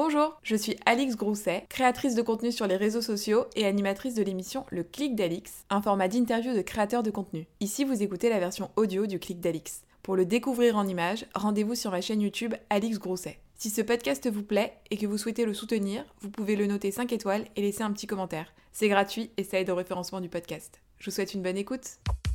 Bonjour, je suis Alix Grousset, créatrice de contenu sur les réseaux sociaux et animatrice de l'émission Le Clic d'Alix, un format d'interview de créateurs de contenu. Ici, vous écoutez la version audio du Clic d'Alix. Pour le découvrir en images, rendez-vous sur ma chaîne YouTube Alix Grousset. Si ce podcast vous plaît et que vous souhaitez le soutenir, vous pouvez le noter 5 étoiles et laisser un petit commentaire. C'est gratuit et ça aide au référencement du podcast. Je vous souhaite une bonne écoute.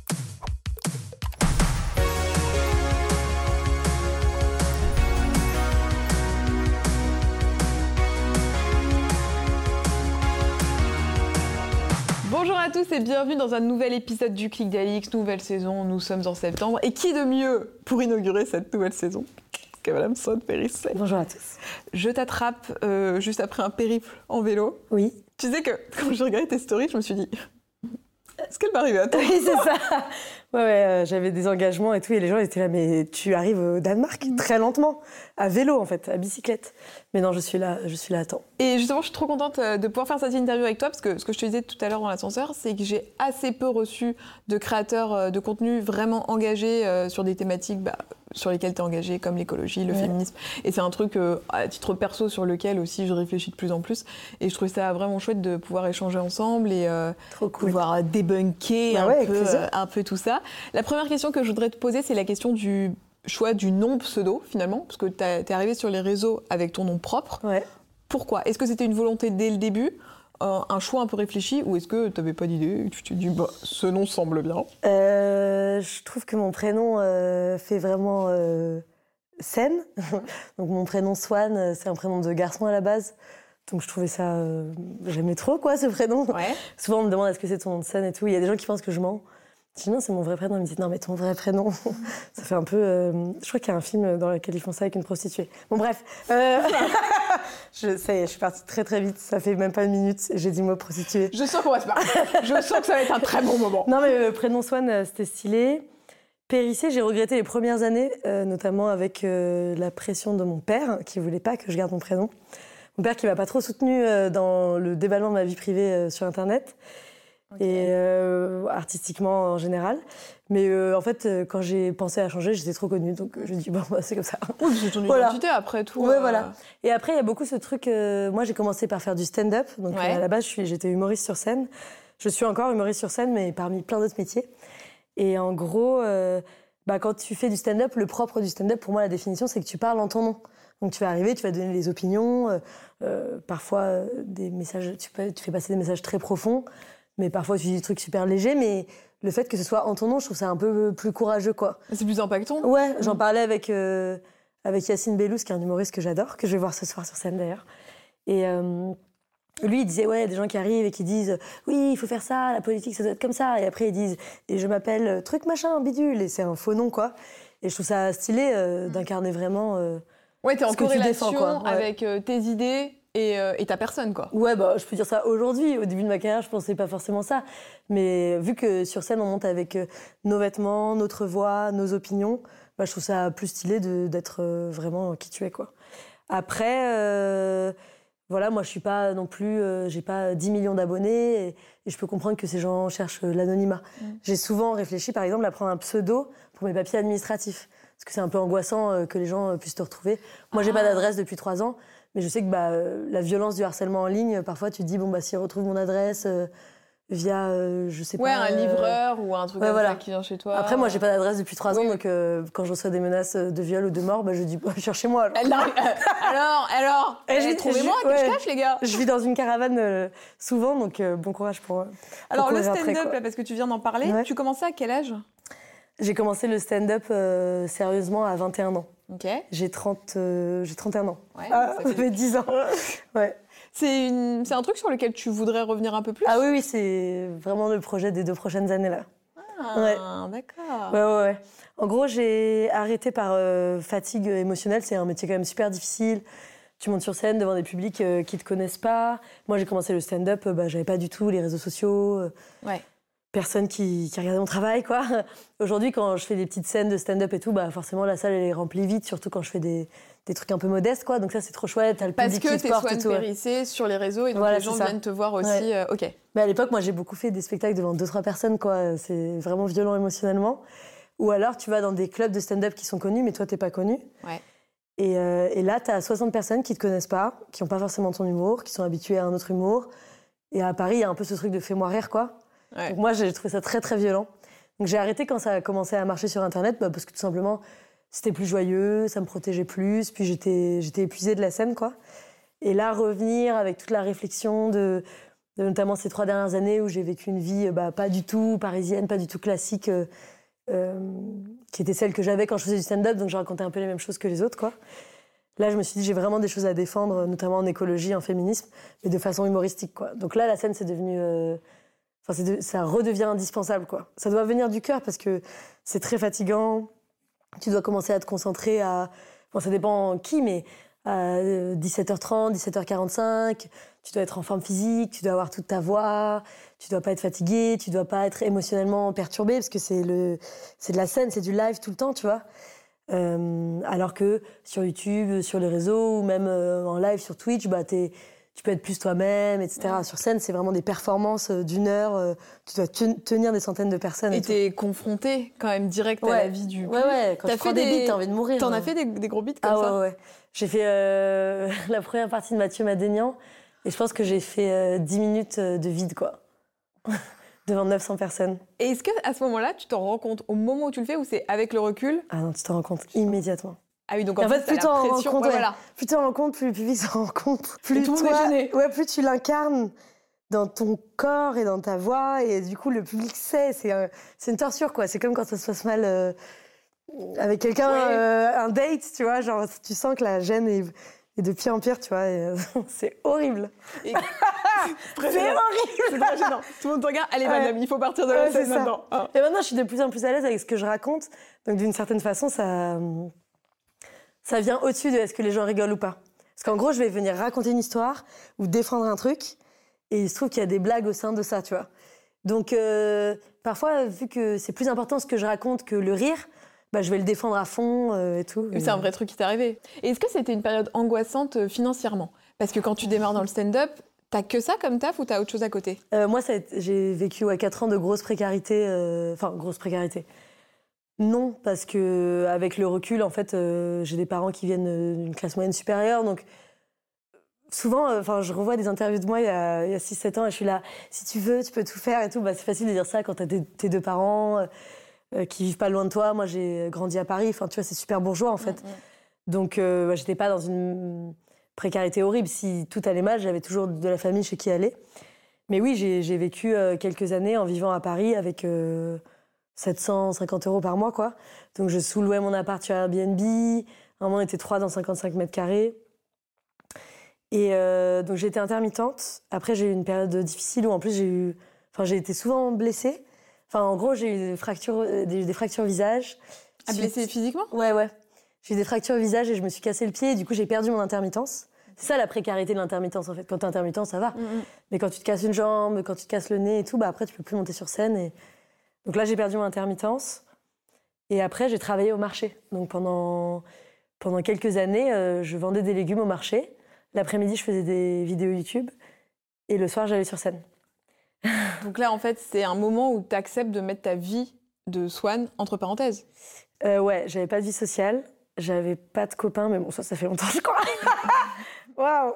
Bonjour à tous et bienvenue dans un nouvel épisode du Clic d'Alix, nouvelle saison, nous sommes en septembre. Et qui de mieux pour inaugurer cette nouvelle saison que Madame Swan Périsset. Bonjour à tous. Je t'attrape juste après un périple en vélo. Oui. Tu sais que quand j'ai regardé tes stories, je me suis dit, est-ce qu'elle va arriver à toi? Oui, c'est ça. Ouais, j'avais des engagements et tout, et les gens étaient là, mais tu arrives au Danemark très lentement, à vélo en fait, à bicyclette. Mais non, je suis là à temps. Et justement, je suis trop contente de pouvoir faire cette interview avec toi, parce que ce que je te disais tout à l'heure dans l'ascenseur, c'est que j'ai assez peu reçu de créateurs de contenu vraiment engagés sur des thématiques sur lesquelles tu es engagé, comme l'écologie, le féminisme. Et c'est un truc, à titre perso, sur lequel aussi je réfléchis de plus en plus. Et je trouvais ça vraiment chouette de pouvoir échanger ensemble et Trop cool. pouvoir débunker un peu tout ça. La première question que je voudrais te poser, c'est la question du choix du nom pseudo, finalement, parce que t'es arrivé sur les réseaux avec ton nom propre. Ouais. Pourquoi ? Est-ce que c'était une volonté dès le début, un choix un peu réfléchi, ou est-ce que t'avais pas d'idée et tu t'es dit, ce nom semble bien ? Je trouve que mon prénom fait vraiment scène. Donc mon prénom Swan, c'est un prénom de garçon à la base. Donc je trouvais ça... j'aimais trop, quoi, ce prénom. Ouais. Souvent, on me demande est-ce que c'est ton nom de scène et tout. Il y a des gens qui pensent que je mens. Je dis non, c'est mon vrai prénom. Ils me disent non, mais ton vrai prénom. Ça fait un peu... je crois qu'il y a un film dans lequel ils font ça avec une prostituée. Bon, bref. Je suis partie très très vite. Ça fait même pas une minute. J'ai dit mot prostituée. Je sens qu'on va se marrer. Je sens que ça va être un très bon moment. Non, mais le prénom Swan, c'était stylé. Périsset, j'ai regretté les premières années, notamment avec la pression de mon père, qui voulait pas que je garde mon prénom. Mon père qui m'a pas trop soutenue dans le déballement de ma vie privée sur Internet. Okay. Et artistiquement en général. Mais en fait, quand j'ai pensé à changer, j'étais trop connue. Donc je me dis, c'est comme ça. Oui, c'est ton identité après tout. Ouais, voilà. Et après, il y a beaucoup ce truc... moi, j'ai commencé par faire du stand-up. Donc à la base, j'étais humoriste sur scène. Je suis encore humoriste sur scène, mais parmi plein d'autres métiers. Et en gros, quand tu fais du stand-up, le propre du stand-up, pour moi, la définition, c'est que tu parles en ton nom. Donc tu vas arriver, tu vas donner des opinions, parfois des messages, tu fais passer des messages très profonds, mais parfois tu dis des trucs super légers, mais le fait que ce soit en ton nom, je trouve ça un peu plus courageux, quoi. C'est plus impactant. Ouais, j'en parlais avec Yacine Bellous, qui est un humoriste que j'adore, que je vais voir ce soir sur scène d'ailleurs. Et lui, il disait, il y a des gens qui arrivent et qui disent « Oui, il faut faire ça, la politique, ça doit être comme ça. » Et après, ils disent « Et je m'appelle truc machin, bidule. » Et c'est un faux nom, quoi. Et je trouve ça stylé d'incarner vraiment t'es en corrélation défends, quoi. Avec tes idées et ta personne, quoi. Ouais, je peux dire ça aujourd'hui. Au début de ma carrière, je pensais pas forcément ça. Mais vu que sur scène, on monte avec nos vêtements, notre voix, nos opinions, je trouve ça plus stylé d'être vraiment qui tu es, quoi. Après... moi, je suis pas non plus... j'ai pas 10 millions d'abonnés et je peux comprendre que ces gens cherchent l'anonymat. J'ai souvent réfléchi, par exemple, à prendre un pseudo pour mes papiers administratifs. Parce que c'est un peu angoissant que les gens puissent te retrouver. Moi, j'ai pas d'adresse depuis 3 ans, mais je sais que la violence du harcèlement en ligne, parfois, tu te dis, s'ils retrouvent mon adresse... via, je sais pas... un livreur ou un truc comme ça qui vient chez toi. Après, moi, j'ai pas d'adresse depuis 3 ans, donc quand je reçois des menaces de viol ou de mort, je dis, cherchez-moi. Alors trouvez-moi, cache, les gars. Je vis dans une caravane souvent, donc bon courage pour alors, le stand-up, après, là, parce que tu viens d'en parler, tu commençais à quel âge ? J'ai commencé le stand-up sérieusement à 21 ans. Ok. J'ai 31 ans. Ouais, ça fait 10 ans. Ouais. C'est un truc sur lequel tu voudrais revenir un peu plus ? Ah oui, c'est vraiment le projet des 2 prochaines années, là. Ah, d'accord. Ouais. En gros, j'ai arrêté par fatigue émotionnelle. C'est un métier quand même super difficile. Tu montes sur scène devant des publics qui te connaissent pas. Moi, j'ai commencé le stand-up, j'avais pas du tout les réseaux sociaux. Personne qui regardait mon travail, quoi. Aujourd'hui, quand je fais des petites scènes de stand-up et tout, forcément, la salle, elle est remplie vite, surtout quand je fais des trucs un peu modestes, quoi. Donc ça, c'est trop chouette. T'as le public qui te porte et tout. Parce que t'es Swan Périsset sur les réseaux et donc les gens viennent te voir aussi. Ouais. Ok. Mais à l'époque, moi, j'ai beaucoup fait des spectacles devant 2-3 personnes, quoi. C'est vraiment violent émotionnellement. Ou alors, tu vas dans des clubs de stand-up qui sont connus, mais toi, t'es pas connu. Ouais. Et là, t'as 60 personnes qui te connaissent pas, qui ont pas forcément ton humour, qui sont habituées à un autre humour. Et à Paris, il y a un peu ce truc de fais-moi rire, quoi. Ouais. Donc moi, j'ai trouvé ça très, très violent. Donc j'ai arrêté quand ça a commencé à marcher sur Internet, parce que tout simplement, c'était plus joyeux, ça me protégeait plus, puis j'étais épuisée de la scène, quoi. Et là, revenir avec toute la réflexion de notamment ces 3 dernières années où j'ai vécu une vie pas du tout parisienne, pas du tout classique, qui était celle que j'avais quand je faisais du stand-up, donc je racontais un peu les mêmes choses que les autres, quoi. Là, je me suis dit, j'ai vraiment des choses à défendre, notamment en écologie, en féminisme, mais de façon humoristique, quoi. Donc là, la scène, c'est devenu... ça redevient indispensable, quoi. Ça doit venir du cœur parce que c'est très fatigant. Tu dois commencer à te concentrer à... Bon, ça dépend qui, mais à 17h30, 17h45, tu dois être en forme physique, tu dois avoir toute ta voix, tu dois pas être fatigué, tu dois pas être émotionnellement perturbé parce que c'est de la scène, c'est du live tout le temps, tu vois. Alors que sur YouTube, sur les réseaux ou même en live sur Twitch, tu peux être plus toi-même, etc. Ouais. Sur scène, c'est vraiment des performances d'1 heure. Tu dois tenir des centaines de personnes. Et t'es confronté quand même direct à la vie du public. Ouais. Quand tu prends des beats, t'as envie de mourir. T'en as fait des gros beats comme ça? Ouais. J'ai fait la première partie de Mathieu Madénian et je pense que j'ai fait 10 minutes de vide, quoi. Devant 900 personnes. Et est-ce qu'à ce moment-là, tu t'en rends compte au moment où tu le fais ou c'est avec le recul? Ah non, tu t'en rends compte immédiatement. Ah oui, donc en fait, plus tu en rends compte, voilà. plus tu en rends compte, plus le public s'en rend compte. Plus plus tu l'incarnes dans ton corps et dans ta voix, et du coup, le public sait. C'est une torture, quoi. C'est comme quand ça se passe mal avec quelqu'un, un date, tu vois. Genre, tu sens que la gêne est de pire en pire, tu vois. C'est horrible. C'est horrible. C'est très gênant. Tout le monde te regarde. Allez, madame, il faut partir de la scène maintenant. Ah. Et maintenant, je suis de plus en plus à l'aise avec ce que je raconte. Donc, d'une certaine façon, ça vient au-dessus de est-ce que les gens rigolent ou pas. Parce qu'en gros, je vais venir raconter une histoire ou défendre un truc, et il se trouve qu'il y a des blagues au sein de ça, tu vois. Donc, parfois, vu que c'est plus important ce que je raconte que le rire, je vais le défendre à fond et tout. Mais c'est un vrai truc qui t'est arrivé. Et est-ce que c'était une période angoissante financièrement? Parce que quand tu démarres dans le stand-up, t'as que ça comme taf ou t'as autre chose à côté? Moi, j'ai vécu 4 ans de grosse précarité. Grosse précarité. Non, parce que avec le recul, en fait, j'ai des parents qui viennent d'une classe moyenne supérieure, donc souvent, je revois des interviews de moi il y a 6-7 ans et je suis là, si tu veux, tu peux tout faire et tout. C'est facile de dire ça quand t'as tes 2 parents qui vivent pas loin de toi. Moi, j'ai grandi à Paris, tu vois, c'est super bourgeois, en fait. Donc, j'étais pas dans une précarité horrible. Si tout allait mal, j'avais toujours de la famille chez qui aller. Mais oui, j'ai vécu quelques années en vivant à Paris avec... 750 € par mois, quoi. Donc, je sous-louais mon appart sur Airbnb. À un moment, on était 3 dans 55 mètres carrés. Et donc, j'ai été intermittente. Après, j'ai eu une période difficile où, en plus, j'ai été souvent blessée. En gros, j'ai eu des fractures visage. Ah, blessée physiquement? Ouais. J'ai eu des fractures visage et je me suis cassé le pied. Et du coup, j'ai perdu mon intermittence. C'est ça, la précarité de l'intermittence, en fait. Quand t'es intermittent, ça va. Mais quand tu te casses une jambe, quand tu te casses le nez et tout, après, tu peux plus monter sur scène. Donc là, j'ai perdu mon intermittence. Et après, j'ai travaillé au marché. Donc pendant quelques années, je vendais des légumes au marché. L'après-midi, je faisais des vidéos YouTube. Et le soir, j'allais sur scène. Donc là, en fait, c'est un moment où tu acceptes de mettre ta vie de Swan entre parenthèses. Ouais, j'avais pas de vie sociale. J'avais pas de copains. Mais bon, ça fait longtemps, je crois. Waouh.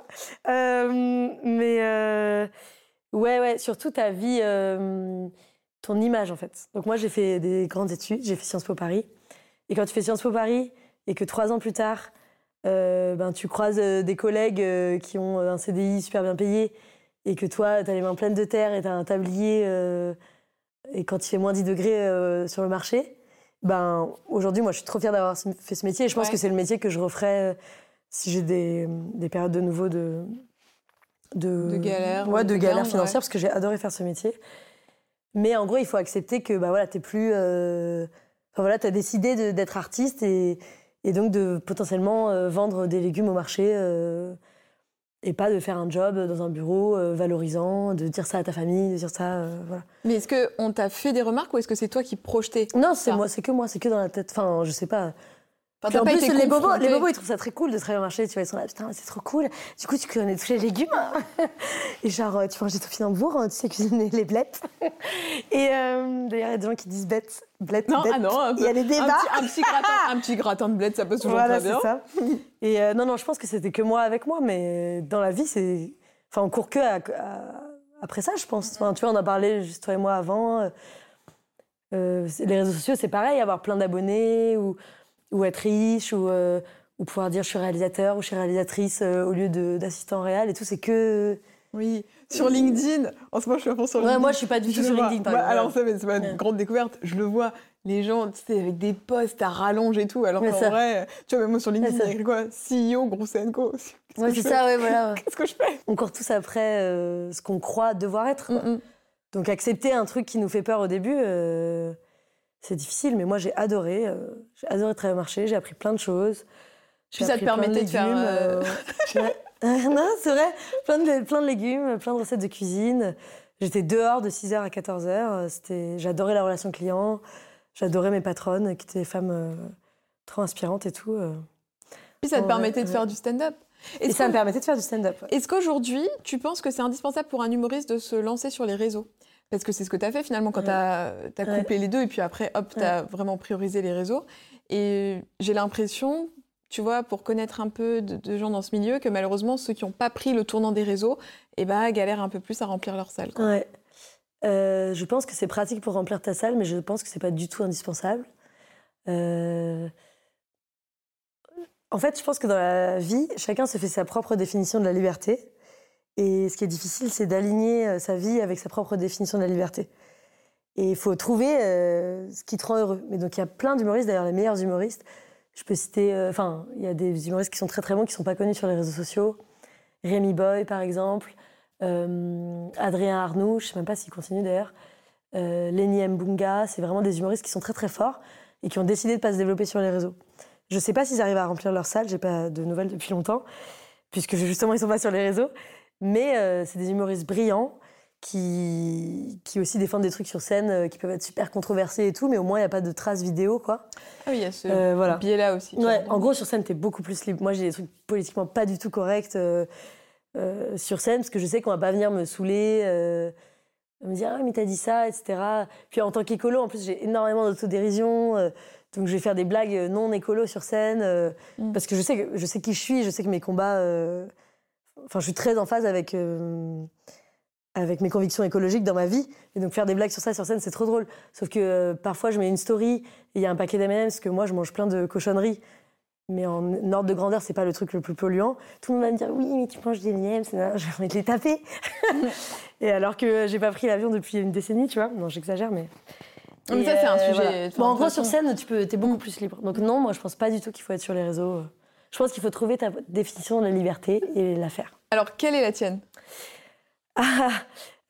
Ouais, surtout ta vie... ton image, en fait. Donc moi, j'ai fait des grandes études, j'ai fait Sciences Po Paris. Et quand tu fais Sciences Po Paris, et que 3 ans plus tard, tu croises des collègues qui ont un CDI super bien payé, et que toi, t'as les mains pleines de terre, et t'as un tablier, et quand il fait moins 10 degrés sur le marché, aujourd'hui, moi, je suis trop fière d'avoir fait ce métier, et je pense que c'est le métier que je referais si j'ai des périodes de nouveau de galère. Ouais, de galère financière, parce que j'ai adoré faire ce métier. Mais en gros, il faut accepter que t'es plus... t'as décidé d'être artiste et donc de potentiellement vendre des légumes au marché et pas de faire un job dans un bureau valorisant, de dire ça à ta famille, de dire ça... voilà. Mais est-ce qu'on t'a fait des remarques ou est-ce que c'est toi qui projetais? Non, c'est que moi, c'est que dans la tête. Je sais pas. Enfin, en t'as pas plus, été les bobos, confrontée. ils trouvent ça très cool de travailler au marché. Tu vois, ils sont là, putain, c'est trop cool. Du coup, tu connais tous les légumes. Et genre, tu manges des topinambours, tu sais cuisiner les blettes. Et d'ailleurs, il y a des gens qui disent blettes. Non, blettes. ah non, Il y a des débats. un petit gratin de bled, ça passe toujours Voilà, très bien. c'est ça. Et non, je pense que c'était que moi avec moi, mais dans la vie, c'est. Enfin, on court que après ça, je pense. Enfin, tu vois, on a parlé juste toi et moi avant. Les réseaux sociaux, c'est pareil, avoir plein d'abonnés ou être riche ou pouvoir dire je suis réalisateur ou je suis réalisatrice au lieu d'assistant réel et tout, c'est que. Oui, sur LinkedIn, en ce moment je suis à fond sur LinkedIn. Moi je suis pas du tout sur LinkedIn par exemple. Alors ça, c'est pas une grande découverte, je le vois, les gens, tu sais, avec des posts à rallonge et tout, alors qu'en vrai, tu vois, même moi sur LinkedIn, il y a écrit quoi ? CEO, Grousset & Co. Ouais, c'est ça, ouais, voilà. Qu'est-ce que je fais ? On court tous après ce qu'on croit devoir être. Donc accepter un truc qui nous fait peur au début, c'est difficile, mais moi j'ai adoré travailler au marché, j'ai appris plein de choses. Puis ça te permettait de faire... Non, c'est vrai, plein de légumes, plein de recettes de cuisine. J'étais dehors de 6h à 14h, j'adorais la relation client, j'adorais mes patronnes qui étaient des femmes trop inspirantes et tout. Puis ça te permettait de faire du stand-up. Et ça me permettait de faire du stand-up. Ouais. Est-ce qu'aujourd'hui, tu penses que c'est indispensable pour un humoriste de se lancer sur les réseaux ? Parce que c'est ce que tu as fait finalement quand tu as coupé les deux et puis après, hop, tu as vraiment priorisé les réseaux. Et j'ai l'impression, tu vois, pour connaître un peu de gens dans ce milieu, que malheureusement, ceux qui n'ont pas pris le tournant des réseaux, galèrent un peu plus à remplir leur salle. Quoi. Ouais. Je pense que c'est pratique pour remplir ta salle, mais je pense que c'est pas du tout indispensable. En fait, je pense que dans la vie, chacun se fait sa propre définition de la liberté. Et ce qui est difficile, c'est d'aligner sa vie avec sa propre définition de la liberté. Et il faut trouver ce qui te rend heureux. Mais donc, il y a plein d'humoristes, d'ailleurs, les meilleurs humoristes. Je peux citer... il y a des humoristes qui sont très, très bons, qui ne sont pas connus sur les réseaux sociaux. Rémi Boy, par exemple. Adrien Arnoux, je ne sais même pas s'il continue, d'ailleurs. Lenny Mbunga. C'est vraiment des humoristes qui sont très, très forts et qui ont décidé de ne pas se développer sur les réseaux. Je ne sais pas s'ils arrivent à remplir leur salle. Je n'ai pas de nouvelles depuis longtemps, puisque justement, ils ne sont pas sur les réseaux. Mais c'est des humoristes brillants qui aussi défendent des trucs sur scène qui peuvent être super controversés et tout, mais au moins il n'y a pas de traces vidéo, quoi. Ah oui, il y a ce biais-là aussi. Ouais, en gros, sur scène, t'es beaucoup plus libre. Moi, j'ai des trucs politiquement pas du tout corrects sur scène, parce que je sais qu'on va pas venir me saouler, me dire « Ah, mais t'as dit ça, etc. » Puis en tant qu'écolo, en plus, j'ai énormément d'autodérision, donc je vais faire des blagues non écolo sur scène, parce que je sais qui je suis, je sais que mes combats... je suis très en phase avec mes convictions écologiques dans ma vie. Et donc, faire des blagues sur ça sur scène, c'est trop drôle. Sauf que parfois, je mets une story et il y a un paquet d'M&M's parce que moi, je mange plein de cochonneries. Mais en ordre de grandeur, c'est pas le truc le plus polluant. Tout le monde va me dire « Oui, mais tu manges des M&M's. » J'ai envie de les taper. Et alors que j'ai pas pris l'avion depuis une décennie, tu vois. Non, j'exagère, mais... Mais ça, c'est un sujet... Voilà. En gros, sur scène, t'es beaucoup plus libre. Donc non, moi, je pense pas du tout qu'il faut être sur les réseaux. Je pense qu'il faut trouver ta définition de la liberté et la faire. Alors, quelle est la tienne ? Parce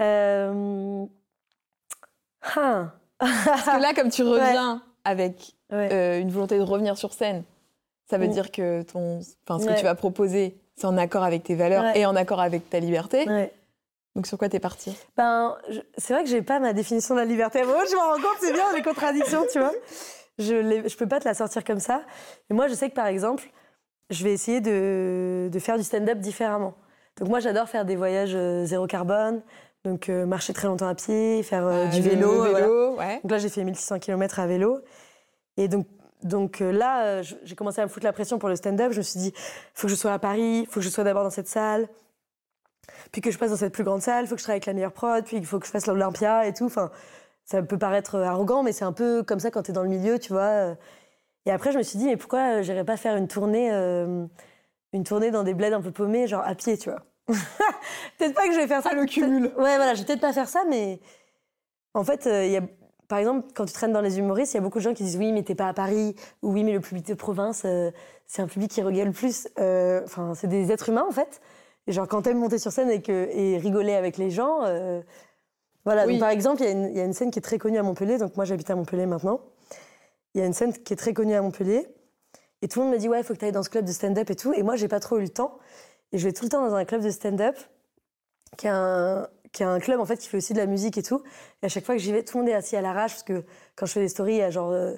que là, comme tu reviens avec une volonté de revenir sur scène, ça veut dire que ce que tu vas proposer, c'est en accord avec tes valeurs et en accord avec ta liberté. Ouais. Donc, sur quoi t'es partie ? C'est vrai que j'ai pas ma définition de la liberté. Moi, je m'en rends compte, c'est bien, les contradictions, tu vois. Je peux pas te la sortir comme ça. Mais moi, je sais que, par exemple, je vais essayer de faire du stand-up différemment. Donc moi, j'adore faire des voyages zéro carbone, donc marcher très longtemps à pied, faire du vélo. Voilà. Ouais. Donc là, j'ai fait 1600 km à vélo. Et donc là, j'ai commencé à me foutre la pression pour le stand-up. Je me suis dit, il faut que je sois à Paris, il faut que je sois d'abord dans cette salle, puis que je passe dans cette plus grande salle, il faut que je travaille avec la meilleure prod, puis il faut que je fasse l'Olympia et tout. Enfin, ça peut paraître arrogant, mais c'est un peu comme ça quand t'es dans le milieu, tu vois. Et après, je me suis dit, mais pourquoi j'irais pas faire une tournée dans des bleds un peu paumés, genre à pied, tu vois. Peut-être pas que je vais faire ça. Le cumul. Ouais, voilà, je vais peut-être pas faire ça, mais en fait, par exemple, quand tu traînes dans les humoristes, il y a beaucoup de gens qui disent oui, mais t'es pas à Paris, ou oui, mais le public de province, c'est un public qui regueule plus. C'est des êtres humains, en fait. Et genre, quand t'aimes monter sur scène et rigoler avec les gens, voilà. Oui. Donc, par exemple, il y a une scène qui est très connue à Montpellier, donc moi, j'habite à Montpellier maintenant. Il y a une scène qui est très connue à Montpellier, et tout le monde me dit ouais, il faut que t'ailles dans ce club de stand-up et tout, et moi, j'ai pas trop eu le temps. Et je vais tout le temps dans un club de stand-up qui est un club en fait qui fait aussi de la musique et tout. Et à chaque fois que j'y vais, tout le monde est assis à l'arrache parce que quand je fais des stories, il y a genre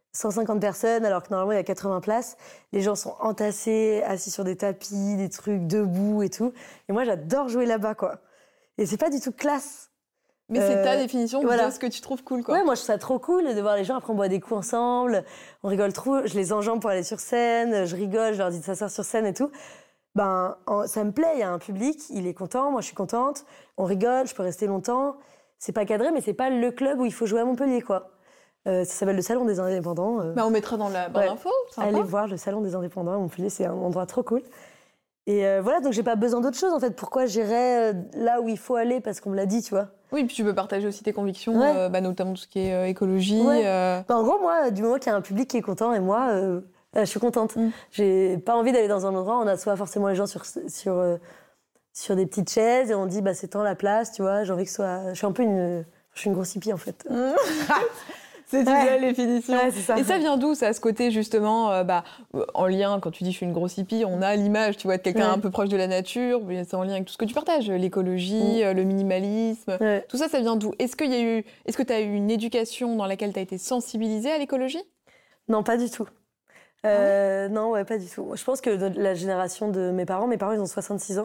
150 personnes, alors que normalement, il y a 80 places. Les gens sont entassés, assis sur des tapis, des trucs, debout et tout. Et moi, j'adore jouer là-bas, quoi. Et c'est pas du tout classe. Mais c'est ta définition voilà. de ce que tu trouves cool, quoi. Ouais, moi, je trouve ça trop cool de voir les gens. Après, on boit des coups ensemble, on rigole trop. Je les enjambe pour aller sur scène, je rigole, je leur dis de s'asseoir sur scène et tout. Ça me plaît, il y a un public, il est content, moi, je suis contente. On rigole, je peux rester longtemps. C'est pas cadré, mais c'est pas le club où il faut jouer à Montpellier, quoi. Ça s'appelle le Salon des Indépendants. On mettra dans la barre d'infos. Allez voir le Salon des Indépendants à Montpellier, c'est un endroit trop cool. Et voilà, donc j'ai pas besoin d'autre chose, en fait. Pourquoi j'irais là où il faut aller, parce qu'on me l'a dit, tu vois. Oui, puis tu peux partager aussi tes convictions, notamment tout ce qui est écologie. Ouais. En gros, moi, du moment qu'il y a un public qui est content, et moi, je suis contente. J'ai pas envie d'aller dans un endroit où on assoit forcément les gens sur des petites chaises et on dit, c'est tant la place, tu vois. J'ai envie que ce soit... Je suis une grosse hippie, en fait. C'est une belle définition. Ouais, c'est ça. Et ça vient d'où, ça, ce côté, justement, en lien, quand tu dis je suis une grosse hippie, on a l'image, tu vois, de quelqu'un un peu proche de la nature, mais c'est en lien avec tout ce que tu partages, l'écologie, le minimalisme, tout ça, ça vient d'où? Est-ce que tu as eu une éducation dans laquelle tu as été sensibilisée à l'écologie? Non, pas du tout. Non, pas du tout. Je pense que la génération de mes parents, ils ont 66 ans.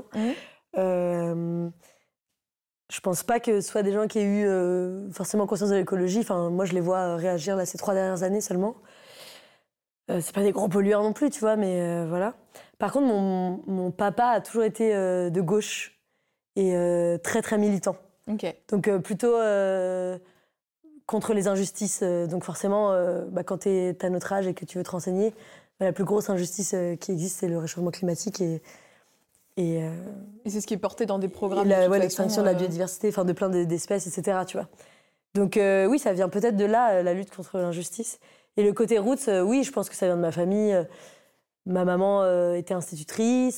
Je pense pas que ce soit des gens qui aient eu forcément conscience de l'écologie. Enfin, moi, je les vois réagir là ces 3 dernières années seulement. C'est pas des grands pollueurs non plus, tu vois, mais voilà. Par contre, mon papa a toujours été de gauche et très, très militant. Okay. Donc, plutôt contre les injustices. Donc, forcément, quand t'as notre âge et que tu veux te renseigner, la plus grosse injustice qui existe, c'est le réchauffement climatique et c'est ce qui est porté dans des programmes. L'extinction de la biodiversité, de plein d'espèces, etc. Tu vois. Donc oui, ça vient peut-être de là, la lutte contre l'injustice. Et le côté roots, oui, je pense que ça vient de ma famille. Ma maman était institutrice.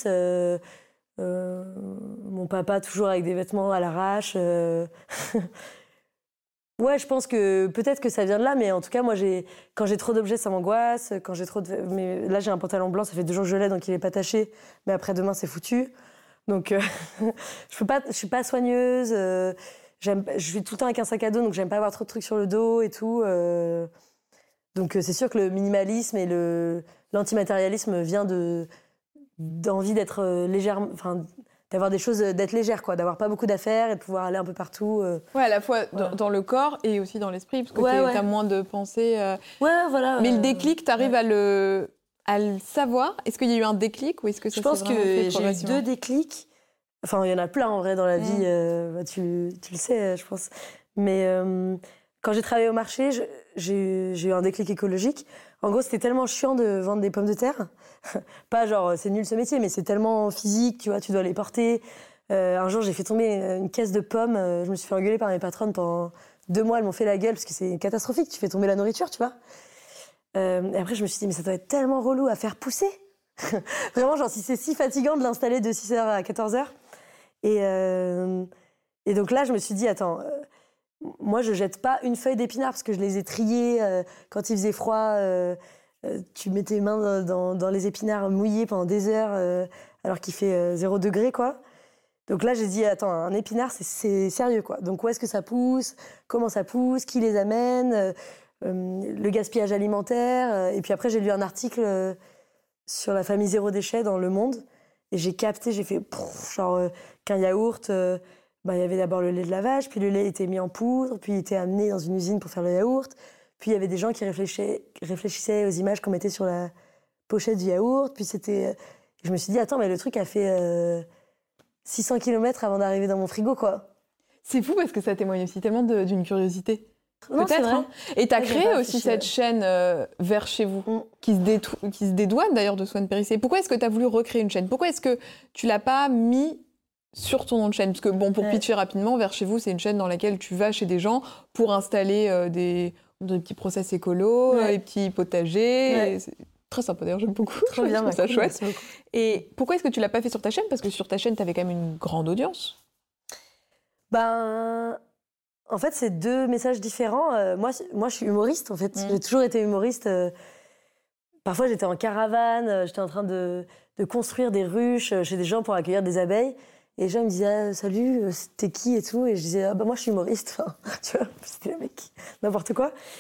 Mon papa, toujours avec des vêtements à l'arrache. Ouais, je pense que peut-être que ça vient de là, mais en tout cas, moi, quand j'ai trop d'objets, ça m'angoisse. Mais là, j'ai un pantalon blanc, ça fait 2 jours que je l'ai, donc il est pas taché. Mais après demain, c'est foutu. Donc, je suis pas soigneuse. Je suis tout le temps avec un sac à dos, donc j'aime pas avoir trop de trucs sur le dos et tout. Donc, c'est sûr que le minimalisme et l'antimatérialisme vient d'envie d'être légère, d'avoir des choses, d'être légère, quoi, d'avoir pas beaucoup d'affaires et de pouvoir aller un peu partout. Ouais, à la fois dans le corps et aussi dans l'esprit, parce que t'as moins de pensées. Voilà. Mais le déclic, t'arrives à le savoir. Est-ce qu'il y a eu un déclic ou est-ce que ça Je pense que j'ai eu 2 déclics. Enfin, il y en a plein en vrai dans la vie. Tu le sais, je pense. Mais quand j'ai travaillé au marché, j'ai eu un déclic écologique. En gros, c'était tellement chiant de vendre des pommes de terre. Pas genre, c'est nul ce métier, mais c'est tellement physique, tu vois, tu dois les porter. Un jour, j'ai fait tomber une caisse de pommes. Je me suis fait engueuler par mes patronnes pendant 2 mois. Elles m'ont fait la gueule parce que c'est catastrophique. Tu fais tomber la nourriture, tu vois. Et après, je me suis dit, mais ça doit être tellement relou à faire pousser. Vraiment, genre, si c'est si fatigant de l'installer de 6h à 14h. Et donc là, je me suis dit, attends, moi, je jette pas une feuille d'épinard parce que je les ai triés quand il faisait froid. Tu mets tes mains dans les épinards mouillés pendant des heures alors qu'il fait 0 degré, quoi. Donc là, j'ai dit, attends, un épinard, c'est sérieux, quoi. Donc où est-ce que ça pousse? Comment ça pousse? Qui les amène? Le gaspillage alimentaire. Et puis après, j'ai lu un article sur la famille zéro déchet dans Le Monde. Et j'ai capté, j'ai fait qu'un yaourt, il y avait d'abord le lait de la vache, puis le lait était mis en poudre, puis il était amené dans une usine pour faire le yaourt. Puis il y avait des gens qui réfléchissaient aux images qu'on mettait sur la pochette du yaourt. Puis je me suis dit, attends, mais le truc a fait 600 km avant d'arriver dans mon frigo, quoi. C'est fou parce que ça témoigne aussi tellement d'une curiosité. Non, peut-être. Hein. Et tu as créé aussi cette chaîne Vers chez vous, qui se dédouane d'ailleurs de Swan Périssé. Pourquoi est-ce que tu as voulu recréer une chaîne? Pourquoi est-ce que tu l'as pas mis sur ton nom de chaîne? Parce que, pour pitcher rapidement, Vers chez vous, c'est une chaîne dans laquelle tu vas chez des gens pour installer des petits process écolos, des petits potagers. C'est très sympa d'ailleurs, j'aime beaucoup. Trop bien, je trouve ça chouette. Et pourquoi est-ce que tu l'as pas fait sur ta chaîne? Parce que sur ta chaîne, tu avais quand même une grande audience. En fait, c'est 2 messages différents. Moi, je suis humoriste, en fait. J'ai toujours été humoriste. Parfois, j'étais en caravane, j'étais en train de construire des ruches chez des gens pour accueillir des abeilles. Et les gens me disaient « Salut, t'es qui » et tout. Et je disais « moi, je suis humoriste. » Enfin, tu vois, c'était le mec, n'importe quoi.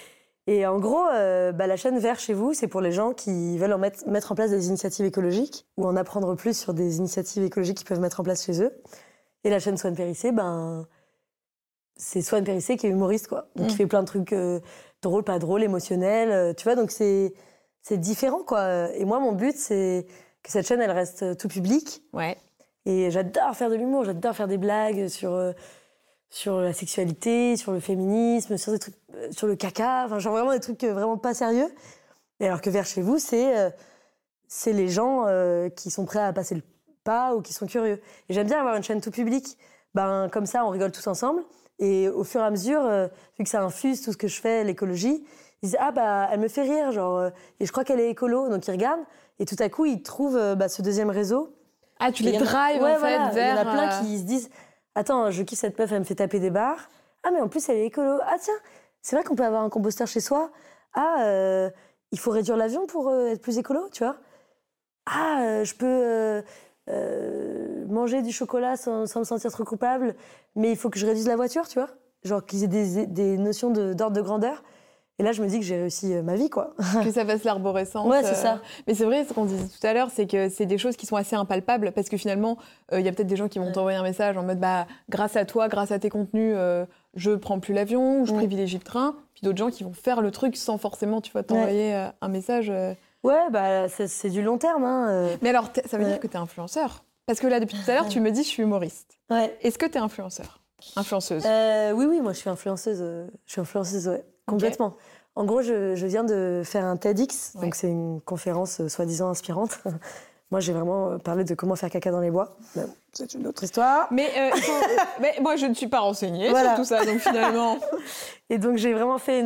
Et en gros, la chaîne Vert chez vous, c'est pour les gens qui veulent mettre en place des initiatives écologiques ou en apprendre plus sur des initiatives écologiques qu'ils peuvent mettre en place chez eux. Et la chaîne Swan Périssé, c'est Swan Périssé qui est humoriste, quoi. Donc, il fait plein de trucs drôles, pas drôles, émotionnels, tu vois. Donc, c'est différent, quoi. Et moi, mon but, c'est que cette chaîne, elle reste tout public. Ouais. Et j'adore faire de l'humour, j'adore faire des blagues sur la sexualité, sur le féminisme, sur des trucs, sur le caca, enfin genre vraiment des trucs vraiment pas sérieux. Et alors que Vers chez vous, c'est les gens qui sont prêts à passer le pas ou qui sont curieux. Et j'aime bien avoir une chaîne tout public. Comme ça, on rigole tous ensemble. Et au fur et à mesure, vu que ça infuse tout ce que je fais, l'écologie, ils disent elle me fait rire, genre, et je crois qu'elle est écolo. Donc ils regardent et tout à coup, ils trouvent ce deuxième réseau. Ah, tu les drives en fait vers... Il y en a plein qui se disent attends, je kiffe cette meuf, elle me fait taper des barres. Ah, mais en plus, elle est écolo. Ah, tiens, c'est vrai qu'on peut avoir un composteur chez soi. Ah, il faut réduire l'avion pour être plus écolo, tu vois. Ah, je peux manger du chocolat sans me sentir trop coupable, mais il faut que je réduise la voiture, tu vois. Genre qu'ils aient des notions d'ordre de grandeur. Et là, je me dis que j'ai réussi ma vie, quoi. Que ça fasse l'arborescence. Ouais, c'est ça. Mais c'est vrai, ce qu'on disait tout à l'heure, c'est que c'est des choses qui sont assez impalpables, parce que finalement, il y a peut-être des gens qui vont t'envoyer un message en mode grâce à toi, grâce à tes contenus, je prends plus l'avion, ou je privilégie le train. Puis d'autres gens qui vont faire le truc sans forcément, tu vois, t'envoyer un message. Ouais, c'est du long terme. Hein. Mais alors, ça veut dire que t'es influenceur. Parce que là, depuis tout à l'heure, tu me dis je suis humoriste. Ouais. Est-ce que t'es influenceur? Influenceuse? Oui, moi je suis influenceuse. Ouais. Complètement. Okay. En gros, je viens de faire un TEDx, donc c'est une conférence soi-disant inspirante. Moi, j'ai vraiment parlé de comment faire caca dans les bois. C'est une autre histoire. Mais moi, je ne suis pas renseignée sur tout ça, donc finalement... Et donc, j'ai vraiment fait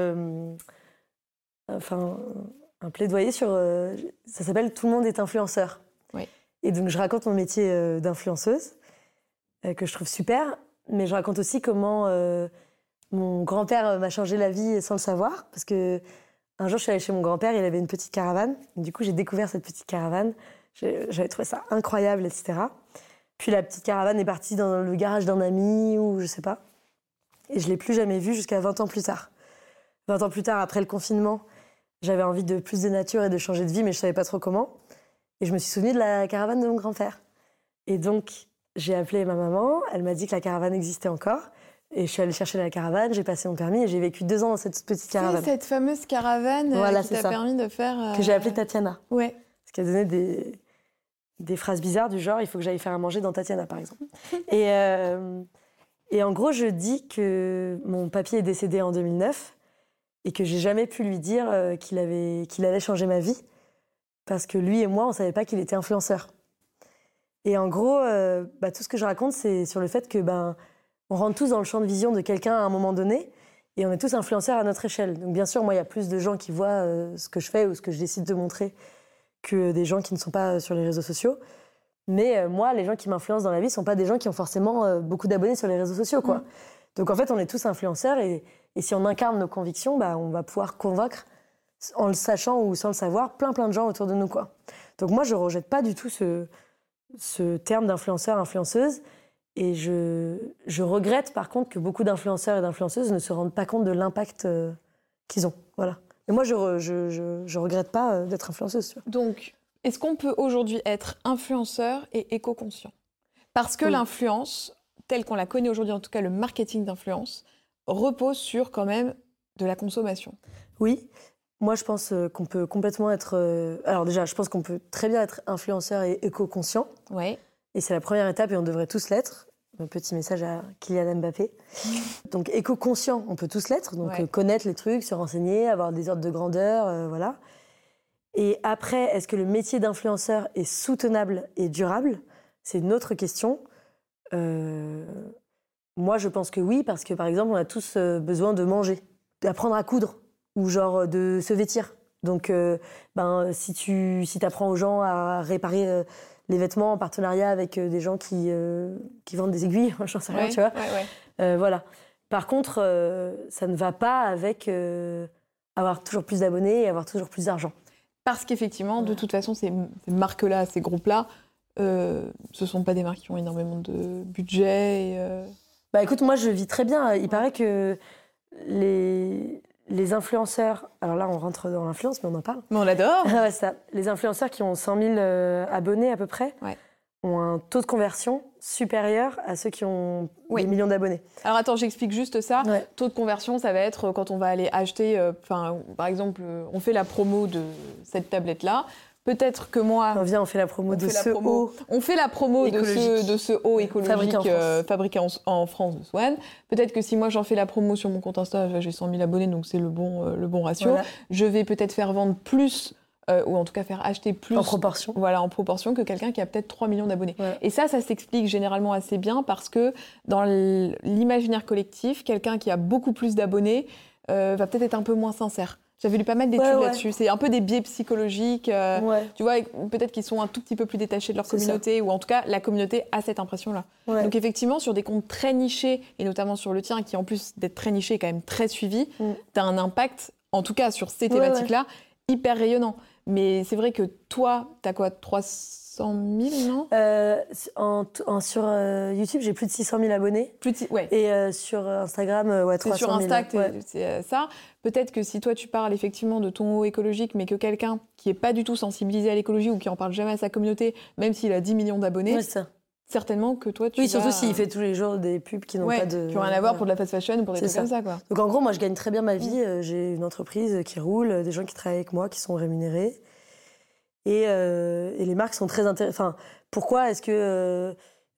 un plaidoyer sur... ça s'appelle « Tout le monde est influenceur ». Oui. Et donc, je raconte mon métier d'influenceuse, que je trouve super, mais je raconte aussi comment... mon grand-père m'a changé la vie sans le savoir, parce que un jour, je suis allée chez mon grand-père, il avait une petite caravane. Du coup, j'ai découvert cette petite caravane. J'avais trouvé ça incroyable, etc. Puis la petite caravane est partie dans le garage d'un ami, ou je sais pas. Et je l'ai plus jamais vue jusqu'à 20 ans plus tard. 20 ans plus tard, après le confinement, j'avais envie de plus de nature et de changer de vie, mais je savais pas trop comment. Et je me suis souvenue de la caravane de mon grand-père. Et donc, j'ai appelé ma maman, elle m'a dit que la caravane existait encore. Et je suis allée chercher la caravane, j'ai passé mon permis et j'ai vécu 2 ans dans cette petite caravane. C'est cette fameuse caravane qui t'a permis de faire... Que j'ai appelée Tatiana. Ouais. Parce qu'elle donnait des phrases bizarres du genre « il faut que j'aille faire à manger dans Tatiana », par exemple. Et en gros, je dis que mon papy est décédé en 2009 et que j'ai jamais pu lui dire qu'il allait changer ma vie parce que lui et moi, on savait pas qu'il était influenceur. Et en gros, tout ce que je raconte, c'est sur le fait que... on rentre tous dans le champ de vision de quelqu'un à un moment donné et on est tous influenceurs à notre échelle. Donc bien sûr, moi, il y a plus de gens qui voient ce que je fais ou ce que je décide de montrer que des gens qui ne sont pas sur les réseaux sociaux. Mais moi, les gens qui m'influencent dans la vie ne sont pas des gens qui ont forcément beaucoup d'abonnés sur les réseaux sociaux, quoi. Donc en fait, on est tous influenceurs et si on incarne nos convictions, on va pouvoir convaincre, en le sachant ou sans le savoir, plein de gens autour de nous, quoi. Donc moi, je ne rejette pas du tout ce terme d'influenceur, influenceuse. Et je regrette, par contre, que beaucoup d'influenceurs et d'influenceuses ne se rendent pas compte de l'impact qu'ils ont. Voilà. Mais moi, je regrette pas d'être influenceuse. Tu vois. Donc, est-ce qu'on peut aujourd'hui être influenceur et éco-conscient? Parce que l'influence, telle qu'on la connaît aujourd'hui, en tout cas le marketing d'influence, repose sur quand même de la consommation. Oui. Moi, je pense qu'on peut complètement être... Alors déjà, je pense qu'on peut très bien être influenceur et éco-conscient. Ouais. Et c'est la première étape et on devrait tous l'être. Un petit message à Kylian Mbappé. Donc éco-conscient, on peut tous l'être. Donc connaître les trucs, se renseigner, avoir des ordres de grandeur, voilà. Et après, est-ce que le métier d'influenceur est soutenable et durable? C'est une autre question. Moi, je pense que oui, parce que par exemple, on a tous besoin de manger, d'apprendre à coudre ou genre de se vêtir. Donc, si t'apprends aux gens à réparer les vêtements en partenariat avec des gens qui vendent des aiguilles, j'en sais rien, tu vois. Voilà. Par contre, ça ne va pas avec avoir toujours plus d'abonnés et avoir toujours plus d'argent. Parce qu'effectivement, de toute façon, ces marques-là, ces groupes-là, ce ne sont pas des marques qui ont énormément de budget. Écoute, moi, je vis très bien. Il paraît que les influenceurs, alors là on rentre dans l'influence, mais on en parle. Mais on adore. Ouais, ça. Les influenceurs qui ont 100 000 abonnés à peu près ont un taux de conversion supérieur à ceux qui ont des millions d'abonnés. Alors attends, j'explique juste ça. Taux de conversion, ça va être quand on va aller acheter, par exemple, on fait la promo de cette tablette-là. Peut-être que moi... On fait la promo de ce haut. On fait la promo de ce haut écologique fabriqué en France de Swan. Peut-être que si moi j'en fais la promo sur mon compte Insta, j'ai 100 000 abonnés, donc c'est le bon ratio. Voilà. Je vais peut-être faire vendre plus, ou en tout cas faire acheter plus... En proportion. Voilà, en proportion que quelqu'un qui a peut-être 3 millions d'abonnés. Ouais. Et ça s'explique généralement assez bien parce que dans l'imaginaire collectif, quelqu'un qui a beaucoup plus d'abonnés va peut-être être un peu moins sincère. J'avais lu pas mal d'études là-dessus. C'est un peu des biais psychologiques. Tu vois, peut-être qu'ils sont un tout petit peu plus détachés de leur communauté, ou en tout cas, la communauté a cette impression-là. Ouais. Donc effectivement, sur des comptes très nichés, et notamment sur le tien, qui en plus d'être très niché est quand même très suivi, t'as un impact, en tout cas sur ces thématiques-là, hyper rayonnant. Mais c'est vrai que toi, t'as quoi, 300 000, non Sur YouTube, j'ai plus de 600 000 abonnés. Et sur Instagram, 300 000. C'est sur Insta que c'est ça. Peut-être que si toi, tu parles effectivement de ton haut écologique, mais que quelqu'un qui n'est pas du tout sensibilisé à l'écologie ou qui en parle jamais à sa communauté, même s'il a 10 millions d'abonnés, certainement que toi, tu vas... surtout s'il fait tous les jours des pubs qui n'ont pas de... qui n'ont rien à voir pour de la fast fashion ou pour des trucs comme ça, quoi. Donc en gros, moi, je gagne très bien ma vie. J'ai une entreprise qui roule, des gens qui travaillent avec moi, qui sont rémunérés. Et les marques sont très intéressantes. Enfin, pourquoi est-ce que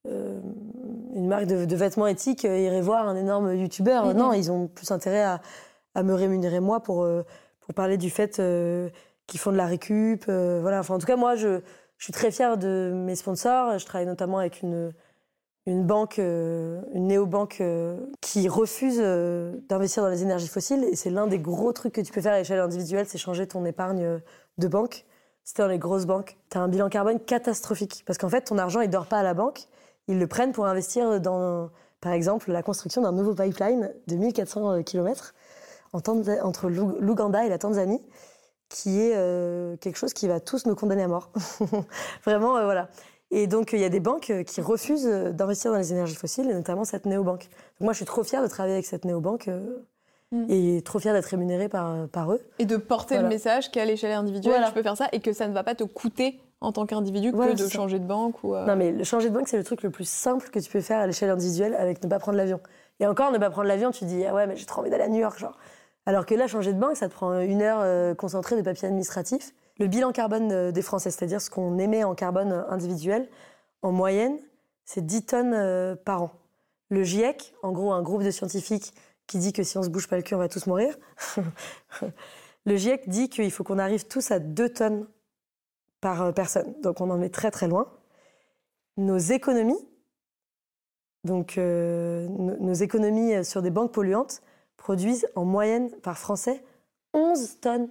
une marque de vêtements éthiques irait voir un énorme youtubeur ? Non, ils ont plus intérêt à me rémunérer moi pour parler du fait qu'ils font de la récup. Voilà. Enfin, en tout cas, moi, je suis très fière de mes sponsors. Je travaille notamment avec une banque, une néobanque qui refuse d'investir dans les énergies fossiles. Et c'est l'un des gros trucs que tu peux faire à l'échelle individuelle, c'est changer ton épargne de banque. Si t'es dans les grosses banques, t'as un bilan carbone catastrophique. Parce qu'en fait, ton argent, il dort pas à la banque. Ils le prennent pour investir dans, par exemple, la construction d'un nouveau pipeline de 1400 km entre l'Ouganda et la Tanzanie, qui est quelque chose qui va tous nous condamner à mort. Vraiment, voilà. Et donc, il y a des banques qui refusent d'investir dans les énergies fossiles, et notamment cette néobanque. Donc, moi, je suis trop fière de travailler avec cette néobanque. Et trop fière d'être rémunérée par eux. Et de porter le message qu'à l'échelle individuelle, tu peux faire ça et que ça ne va pas te coûter en tant qu'individu que de changer de banque. Non, mais le changer de banque, c'est le truc le plus simple que tu peux faire à l'échelle individuelle avec ne pas prendre l'avion. Et encore, ne pas prendre l'avion, tu te dis « Ah ouais, mais j'ai trop envie d'aller à New York. » genre. Alors que là, changer de banque, ça te prend 1 heure concentrée de papier administratif. Le bilan carbone des Français, c'est-à-dire ce qu'on émet en carbone individuel, en moyenne, c'est 10 tonnes par an. Le GIEC, en gros, un groupe de scientifiques qui dit que si on se bouge pas le cul, on va tous mourir. Le GIEC dit qu'il faut qu'on arrive tous à 2 tonnes par personne. Donc on en est très très loin. Nos économies, donc nos économies sur des banques polluantes, produisent en moyenne par Français 11 tonnes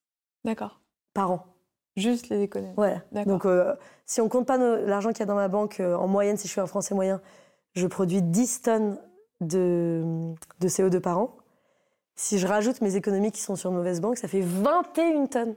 par an. Juste les économies. Voilà. Donc si on compte pas l'argent qu'il y a dans ma banque, en moyenne, si je suis un Français moyen, je produis 10 tonnes de CO2 par an. Si je rajoute mes économies qui sont sur une mauvaise banque, ça fait 21 tonnes.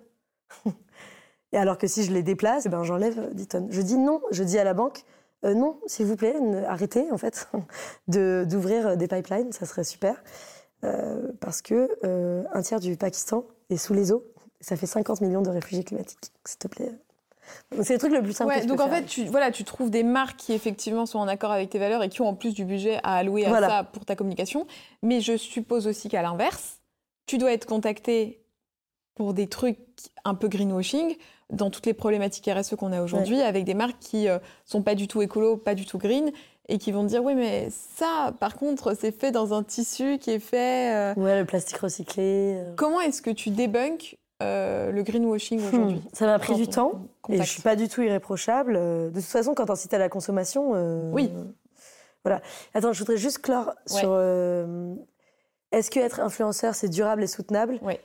Et alors que si je les déplace, j'enlève 10 tonnes. Je dis non, je dis à la banque, non, s'il vous plaît, arrêtez en fait d'ouvrir des pipelines, ça serait super. Parce que un tiers du Pakistan est sous les eaux, ça fait 50 millions de réfugiés climatiques. S'il te plaît. C'est le truc le plus simple que je peux donc en faire. fait, tu trouves des marques qui effectivement sont en accord avec tes valeurs et qui ont en plus du budget à allouer à ça pour ta communication. Mais je suppose aussi qu'à l'inverse, tu dois être contacté pour des trucs un peu greenwashing dans toutes les problématiques RSE qu'on a aujourd'hui, avec des marques qui sont pas du tout écolo, pas du tout green, et qui vont te dire oui mais ça par contre c'est fait dans un tissu qui est fait... Ouais, le plastique recyclé. Comment est-ce que tu débunks le greenwashing aujourd'hui? Ça m'a pris du temps et je suis pas du tout irréprochable. De toute façon, quand t'incites à la consommation, oui. Voilà. Attends, je voudrais juste clore sur est-ce que être influenceur c'est durable et soutenable? Oui.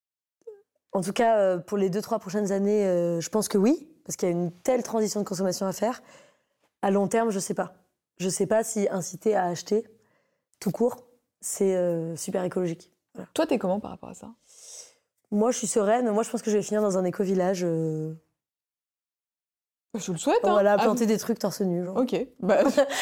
En tout cas, pour les 2-3 prochaines années, je pense que oui, parce qu'il y a une telle transition de consommation à faire. À long terme, je sais pas. Je sais pas si inciter à acheter tout court, c'est super écologique. Voilà. Toi, t'es comment par rapport à ça? Moi, je suis sereine. Moi, je pense que je vais finir dans un éco-village. Je le souhaite. Voilà, planter des trucs torse nu. Genre. Ok.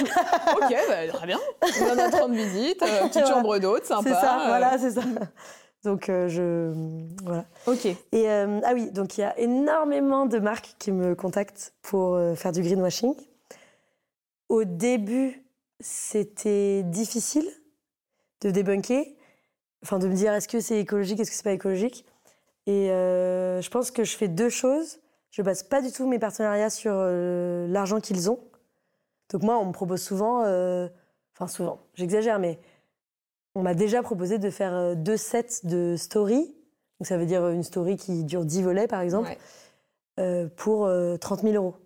Très bien. On a notre temps de visite, petite chambre d'hôte, sympa. C'est ça, voilà, c'est ça. Donc, voilà. Ok. Et ah oui, donc il y a énormément de marques qui me contactent pour faire du greenwashing. Au début, c'était difficile de débunker, enfin de me dire est-ce que c'est écologique, est-ce que c'est pas écologique. Et je pense que je fais deux choses. Je base pas du tout mes partenariats sur l'argent qu'ils ont. Donc moi, on me propose souvent, enfin souvent, j'exagère, mais on m'a déjà proposé de faire 2 sets de story. Donc ça veut dire une story qui dure 10 volets, par exemple, pour 30 000 euros.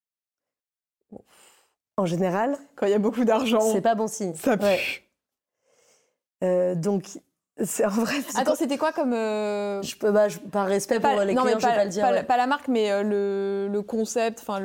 En général, quand il y a beaucoup d'argent, c'est pas bon signe. Ça pue. Donc, c'est en vrai. Attends, c'était quoi comme par respect pour les clients, je vais pas le dire. Pas la marque, mais le concept, enfin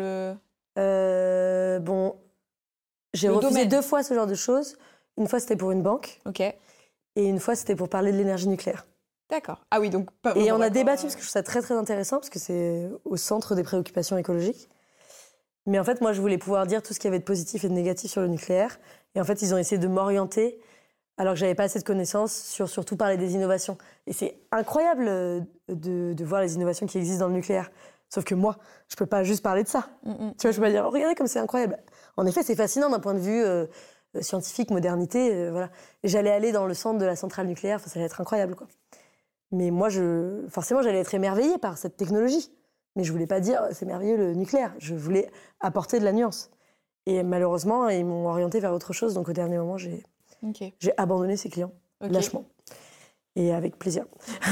bon, j'ai refusé 2 fois ce genre de choses. Une fois, c'était pour une banque. Ok. Et une fois, c'était pour parler de l'énergie nucléaire. D'accord. Ah oui, donc pas. Et on a débattu parce que je trouve ça très très intéressant parce que c'est au centre des préoccupations écologiques. Mais en fait, moi, je voulais pouvoir dire tout ce qu'il y avait de positif et de négatif sur le nucléaire. Et en fait, ils ont essayé de m'orienter alors que j'avais pas assez de connaissances sur surtout parler des innovations. Et c'est incroyable de voir les innovations qui existent dans le nucléaire. Sauf que moi, je peux pas juste parler de ça. Tu vois, je peux pas dire, oh, regardez comme c'est incroyable. En effet, c'est fascinant d'un point de vue scientifique, modernité, voilà. Et j'allais aller dans le centre de la centrale nucléaire, ça allait être incroyable, quoi. Mais moi, forcément, j'allais être émerveillée par cette technologie. Mais je voulais pas dire, c'est merveilleux le nucléaire. Je voulais apporter de la nuance. Et malheureusement, ils m'ont orientée vers autre chose. Donc au dernier moment, j'ai abandonné ces clients, lâchement. Et avec plaisir.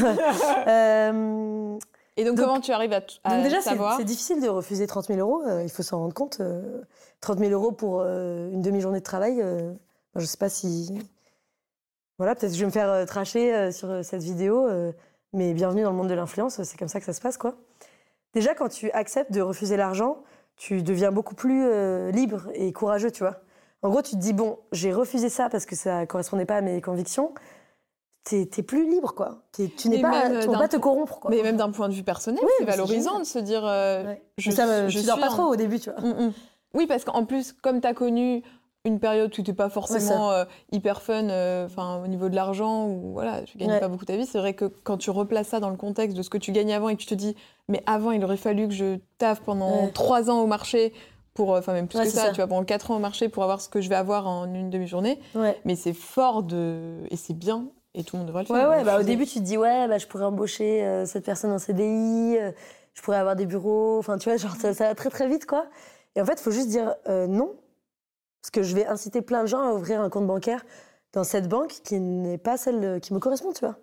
Et donc, comment tu arrives à donc déjà, savoir c'est difficile de refuser 30 000 euros. Il faut s'en rendre compte. 30 000 euros pour une demi-journée de travail, je ne sais pas si... Voilà, peut-être que je vais me faire tracher sur cette vidéo. Mais bienvenue dans le monde de l'influence. C'est comme ça que ça se passe, quoi. Déjà, quand tu acceptes de refuser l'argent, tu deviens beaucoup plus libre et courageux, tu vois. En gros, tu te dis, bon, j'ai refusé ça parce que ça ne correspondait pas à mes convictions. T'es plus libre, quoi. Tu ne vas pas te corrompre, quoi. Mais même d'un point de vue personnel, c'est valorisant de se dire... je dors pas trop au début, tu vois. Oui, parce qu'en plus, comme tu as connu une période où tu n'étais pas forcément hyper fun au niveau de l'argent, ou voilà, tu gagnais pas beaucoup ta vie, c'est vrai que quand tu replaces ça dans le contexte de ce que tu gagnais avant et que tu te dis, mais avant, il aurait fallu que je taffe pendant 3 ans au marché pour, même plus que ça, tu vois, pendant 4 ans au marché pour avoir ce que je vais avoir en une demi-journée. Mais c'est fort et c'est bien. Et tout le monde devrait le faire. Au début, tu te dis, je pourrais embaucher cette personne en CDI, je pourrais avoir des bureaux, enfin, tu vois, genre, ça va très, très vite, quoi. Et en fait, il faut juste dire non, parce que je vais inciter plein de gens à ouvrir un compte bancaire dans cette banque qui n'est pas celle qui me correspond, tu vois.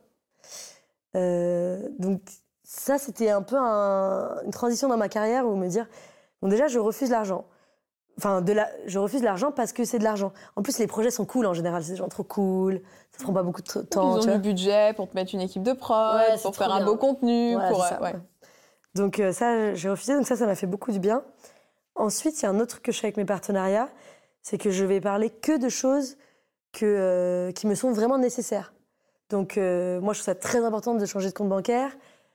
Donc, ça, c'était un peu une transition dans ma carrière où me dire, bon, déjà, je refuse l'argent. Enfin, je refuse l'argent parce que c'est de l'argent. En plus, les projets sont cool en général. C'est des gens trop cool. Ça prend pas beaucoup de temps. Ils ont du budget pour te mettre une équipe de prod, pour faire un beau contenu. Donc ça, j'ai refusé. Donc ça m'a fait beaucoup du bien. Ensuite, il y a un autre truc que je fais avec mes partenariats. C'est que je vais parler que de choses qui me sont vraiment nécessaires. Donc moi, je trouve ça très important de changer de compte bancaire.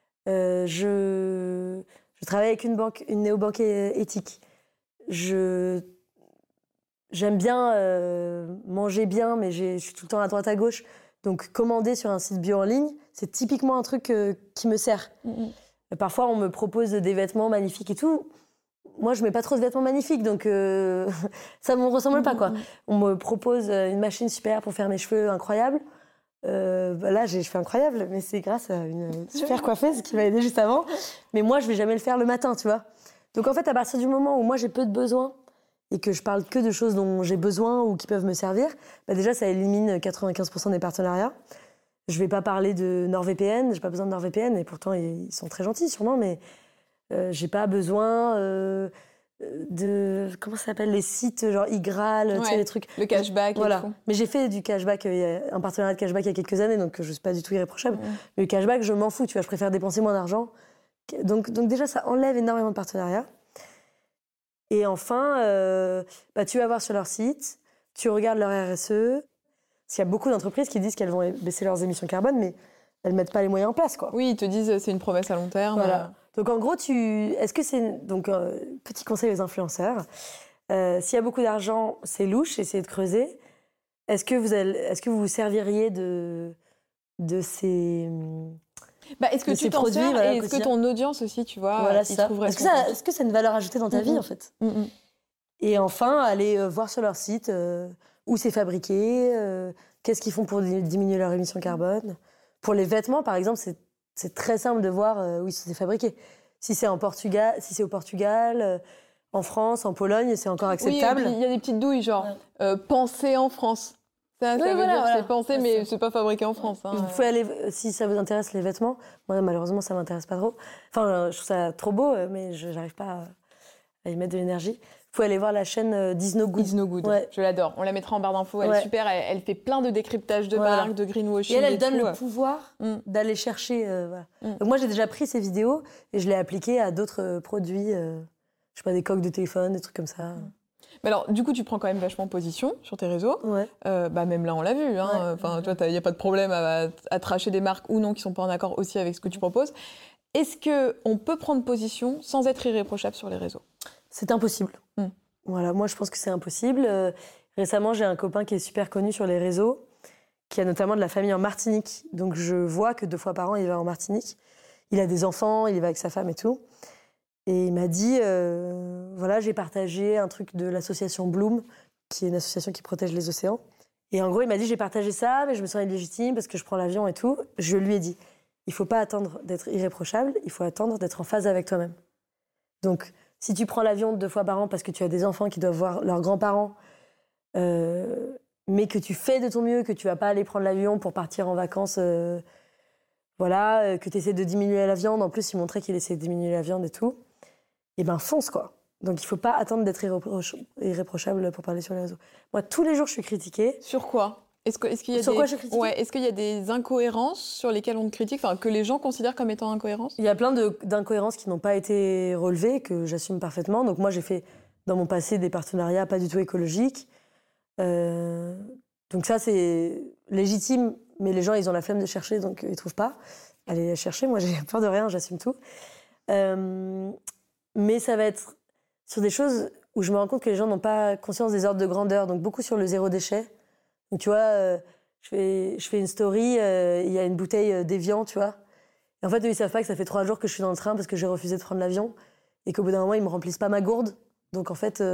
Je travaille avec une néobanque éthique. J'aime bien manger bien, mais je suis tout le temps à droite à gauche. Donc, commander sur un site bio en ligne, c'est typiquement un truc qui me sert. Parfois, on me propose des vêtements magnifiques et tout. Moi, je mets pas trop de vêtements magnifiques, donc ça me ressemble pas, quoi. On me propose une machine super pour faire mes cheveux incroyables. Là, j'ai les cheveux incroyables, mais c'est grâce à une super coiffeuse qui m'a aidée juste avant. Mais moi, je vais jamais le faire le matin, tu vois. Donc en fait, à partir du moment où moi j'ai peu de besoins et que je parle que de choses dont j'ai besoin ou qui peuvent me servir, déjà ça élimine 95% des partenariats. Je vais pas parler de NordVPN, j'ai pas besoin de NordVPN et pourtant ils sont très gentils sûrement, mais j'ai pas besoin de comment ça s'appelle les sites genre iGraal, tu sais les trucs. Le cashback. Voilà. Et tout. Mais j'ai fait du cashback, un partenariat de cashback il y a quelques années, donc je suis pas du tout irréprochable. Mais le cashback, je m'en fous, tu vois, je préfère dépenser moins d'argent. Donc déjà, ça enlève énormément de partenariats. Et enfin, tu vas voir sur leur site, tu regardes leur RSE. Parce qu'il y a beaucoup d'entreprises qui disent qu'elles vont baisser leurs émissions carbone, mais elles ne mettent pas les moyens en place, quoi. Oui, ils te disent c'est une promesse à long terme. Voilà. Donc en gros, est-ce que c'est... Donc, petit conseil aux influenceurs. S'il y a beaucoup d'argent, c'est louche, essayez de creuser. Est-ce que vous vous serviriez de de ces est-ce que de tu ces t'en produits, sers voilà, et est-ce que quotidien. ton audience aussi, tu vois, Voilà, y c'est ça. trouverait Est-ce que son compte? est-ce que ça a une valeur ajoutée dans ta vie, en fait? Et enfin, aller voir sur leur site où c'est fabriqué, qu'est-ce qu'ils font pour diminuer leur émission carbone. Pour les vêtements, par exemple, c'est très simple de voir où c'est fabriqué. Si c'est au Portugal, en France, en Pologne, c'est encore acceptable. Oui, et puis il y a des petites douilles, genre penser en France. Ça veut dire que c'est pensé, mais c'est pas fabriqué en France. Hein. Vous pouvez aller, si ça vous intéresse, les vêtements. Moi, malheureusement, ça m'intéresse pas trop. Enfin, je trouve ça trop beau, mais je n'arrive pas à y mettre de l'énergie. Vous pouvez aller voir la chaîne Is No Good. Is No Good. Ouais. Je l'adore. On la mettra en barre d'infos. Elle est super. Elle fait plein de décryptage de marques, de greenwashing. Et elle donne le pouvoir d'aller chercher. Donc moi, j'ai déjà pris ces vidéos et je l'ai appliqué à d'autres produits. Je sais pas, des coques de téléphone, des trucs comme ça. Mais alors, du coup, tu prends quand même vachement position sur tes réseaux. Ouais. Même là, on l'a vu. Hein. Enfin, toi, il n'y a pas de problème à tracher des marques ou non qui sont pas en accord aussi avec ce que tu proposes. Est-ce qu'on peut prendre position sans être irréprochable sur les réseaux ? C'est impossible. Voilà, moi, je pense que c'est impossible. Récemment, j'ai un copain qui est super connu sur les réseaux, qui a notamment de la famille en Martinique. Donc, je vois que 2 fois par an, il va en Martinique. Il a des enfants, il y va avec sa femme et tout. Et il m'a dit, voilà, j'ai partagé un truc de l'association Bloom, qui est une association qui protège les océans. Et en gros, il m'a dit, j'ai partagé ça, mais je me sens illégitime parce que je prends l'avion et tout. Je lui ai dit, il faut pas attendre d'être irréprochable, il faut attendre d'être en phase avec toi-même. Donc, si tu prends l'avion 2 fois par an parce que tu as des enfants qui doivent voir leurs grands-parents, mais que tu fais de ton mieux, que tu vas pas aller prendre l'avion pour partir en vacances, que tu essaies de diminuer la viande. En plus, il montrait qu'il essayait de diminuer la viande et tout. Et ben fonce, quoi. Donc il faut pas attendre d'être irréprochable pour parler sur les réseaux. Moi, tous les jours, je suis critiquée. Sur quoi ? Quoi je suis critiquée ? Ouais, est-ce qu'il y a des incohérences sur lesquelles on te critique, enfin que les gens considèrent comme étant incohérences ? Il y a plein d'incohérences qui n'ont pas été relevées, que j'assume parfaitement. Donc moi, j'ai fait dans mon passé des partenariats pas du tout écologiques. Donc ça, c'est légitime, mais les gens, ils ont la flemme de chercher, donc ils trouvent pas. Allez chercher, moi, j'ai peur de rien, j'assume tout. Mais ça va être sur des choses où je me rends compte que les gens n'ont pas conscience des ordres de grandeur, donc beaucoup sur le zéro déchet. Donc tu vois, je fais une story, il y a une bouteille d'Evian, tu vois. Et en fait, eux, ils savent pas que ça fait 3 jours que je suis dans le train parce que j'ai refusé de prendre l'avion et qu'au bout d'un moment, ils me remplissent pas ma gourde. Donc en fait,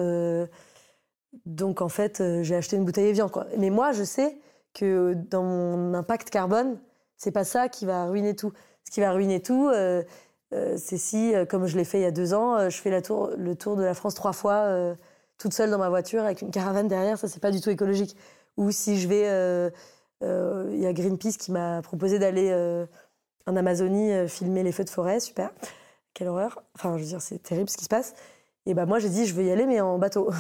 j'ai acheté une bouteille Evian, quoi. Mais moi, je sais que dans mon impact carbone, c'est pas ça qui va ruiner tout. Ce qui va ruiner tout, c'est si, comme je l'ai fait il y a 2 ans, je fais le tour de la France 3 fois, toute seule dans ma voiture avec une caravane derrière, ça c'est pas du tout écologique. Ou si je vais, y a Greenpeace qui m'a proposé d'aller en Amazonie filmer les feux de forêt, super, quelle horreur. Enfin, je veux dire, c'est terrible ce qui se passe. Et bah moi j'ai dit je veux y aller mais en bateau.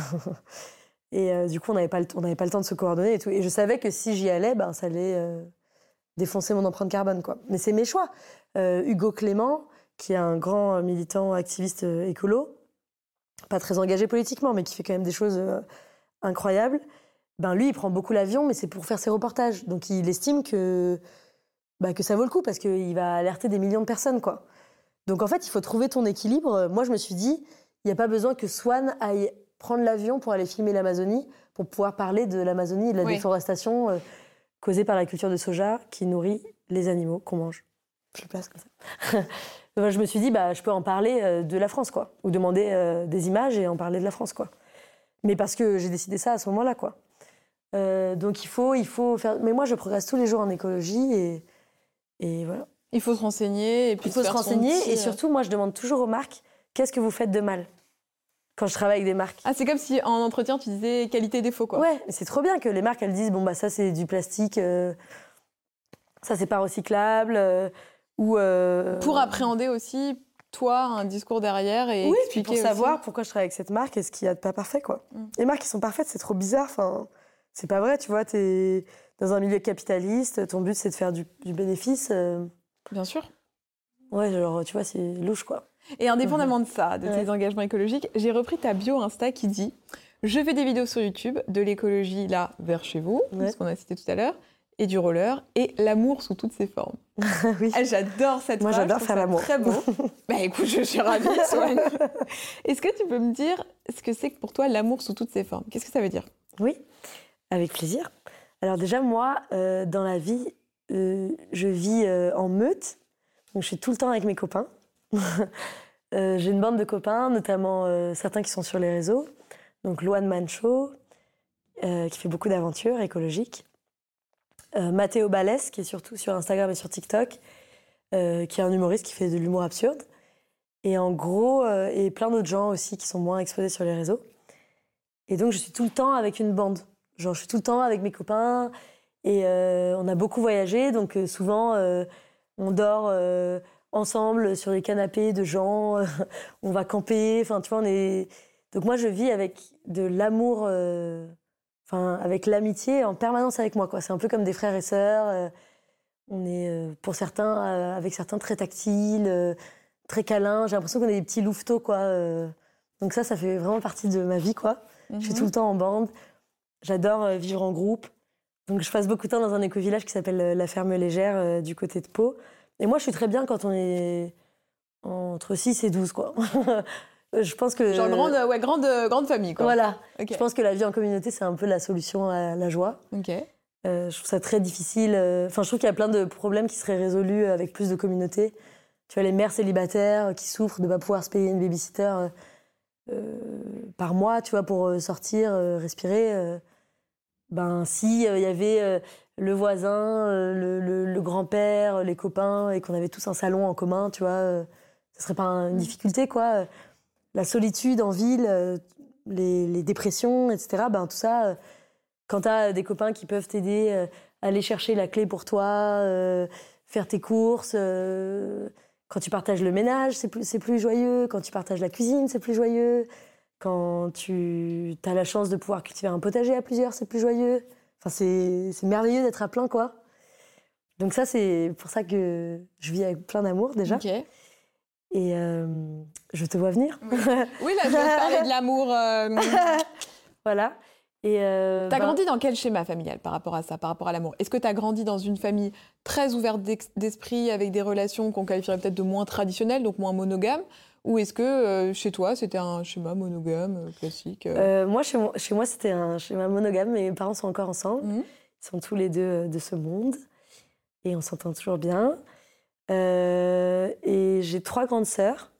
Et du coup on n'avait pas le temps de se coordonner et tout. Et je savais que si j'y allais, ben ça allait défoncer mon empreinte carbone, quoi. Mais c'est mes choix. Hugo Clément, qui est un grand militant activiste écolo, pas très engagé politiquement, mais qui fait quand même des choses incroyables, ben lui, il prend beaucoup l'avion, mais c'est pour faire ses reportages. Donc il estime que ça vaut le coup, parce qu'il va alerter des millions de personnes, quoi. Donc en fait, il faut trouver ton équilibre. Moi, je me suis dit, il n'y a pas besoin que Swan aille prendre l'avion pour aller filmer l'Amazonie, pour pouvoir parler de l'Amazonie et de la déforestation causée par la culture de soja qui nourrit les animaux qu'on mange. Je le place comme ça. Je me suis dit, je peux en parler de la France, quoi. Ou demander des images et en parler de la France, quoi. Mais parce que j'ai décidé ça à ce moment-là, quoi. Donc il faut faire... Mais moi, je progresse tous les jours en écologie et voilà. Il faut se renseigner. Et puis il faut se renseigner et surtout, moi, je demande toujours aux marques, qu'est-ce que vous faites de mal quand je travaille avec des marques. Ah, c'est comme si en entretien, tu disais qualité-défaut, quoi. Ouais, mais c'est trop bien que les marques, elles disent, ça, c'est du plastique, ça, c'est pas recyclable... Pour appréhender aussi, toi, un discours derrière et expliquer pour savoir pourquoi je travaille avec cette marque et ce qu'il y a de pas parfait, quoi. Les marques qui sont parfaites, c'est trop bizarre. Enfin, c'est pas vrai, tu vois. T'es dans un milieu capitaliste, ton but, c'est de faire du bénéfice. Bien sûr. Ouais, genre, tu vois, c'est louche, quoi. Et indépendamment de ça, de tes engagements écologiques, j'ai repris ta bio Insta qui dit « Je fais des vidéos sur YouTube, de l'écologie, là, vers chez vous, ce qu'on a cité tout à l'heure, et du roller, et l'amour sous toutes ses formes. » Oui. Ah, j'adore cette phrase. Moi, j'adore faire l'amour. Très beau. Écoute, je suis ravie. Est-ce que tu peux me dire ce que c'est que pour toi l'amour sous toutes ses formes ? Qu'est-ce que ça veut dire ? Oui, avec plaisir. Alors déjà, moi, dans la vie, je vis en meute, donc je suis tout le temps avec mes copains. J'ai une bande de copains, notamment certains qui sont sur les réseaux. Donc Loan Man Show, qui fait beaucoup d'aventures écologiques. Mathéo Balès, qui est surtout sur Instagram et sur TikTok, qui est un humoriste qui fait de l'humour absurde. Et en gros, et plein d'autres gens aussi qui sont moins exposés sur les réseaux. Et donc, je suis tout le temps avec une bande. Genre, je suis tout le temps avec mes copains. Et on a beaucoup voyagé. Donc, souvent, on dort ensemble sur des canapés de gens. On va camper. Enfin, tu vois, on est... Donc, moi, je vis avec de l'amour... avec l'amitié en permanence avec moi, quoi. C'est un peu comme des frères et sœurs. On est, pour certains, avec certains, très tactiles, très câlins. J'ai l'impression qu'on est des petits louveteaux, quoi. Donc ça fait vraiment partie de ma vie, quoi. Je suis tout le temps en bande. J'adore vivre en groupe. Donc je passe beaucoup de temps dans un éco-village qui s'appelle La Ferme Légère, du côté de Pau. Et moi, je suis très bien quand on est entre 6 et 12, quoi. Je pense que... Genre grande famille, quoi. Voilà. Okay. Je pense que la vie en communauté, c'est un peu la solution à la joie. Ok. Je trouve ça très difficile. Enfin, je trouve qu'il y a plein de problèmes qui seraient résolus avec plus de communauté. Tu vois, les mères célibataires qui souffrent de ne pas pouvoir se payer une babysitter par mois, tu vois, pour sortir, respirer. Si il y avait le voisin, le grand-père, les copains, et qu'on avait tous un salon en commun, tu vois, ça serait pas une difficulté, quoi. La solitude en ville, les dépressions, etc., tout ça, quand t'as des copains qui peuvent t'aider à aller chercher la clé pour toi, faire tes courses, quand tu partages le ménage, c'est plus joyeux, quand tu partages la cuisine, c'est plus joyeux, quand tu as la chance de pouvoir cultiver un potager à plusieurs, c'est plus joyeux. Enfin, c'est merveilleux d'être à plein, quoi. Donc ça, c'est pour ça que je vis avec plein d'amour, déjà. Ok. Et je te vois venir. Oui, là, je vais te parler de l'amour. Voilà. T'as grandi dans quel schéma familial par rapport à ça, par rapport à l'amour? Est-ce que t'as grandi dans une famille très ouverte d'esprit, avec des relations qu'on qualifierait peut-être de moins traditionnelles, donc moins monogames? Ou est-ce que chez toi, c'était un schéma monogame, classique? Moi, chez moi, c'était un schéma monogame. Mes parents sont encore ensemble. Ils sont tous les deux de ce monde. Et on s'entend toujours bien. Et j'ai 3 grandes sœurs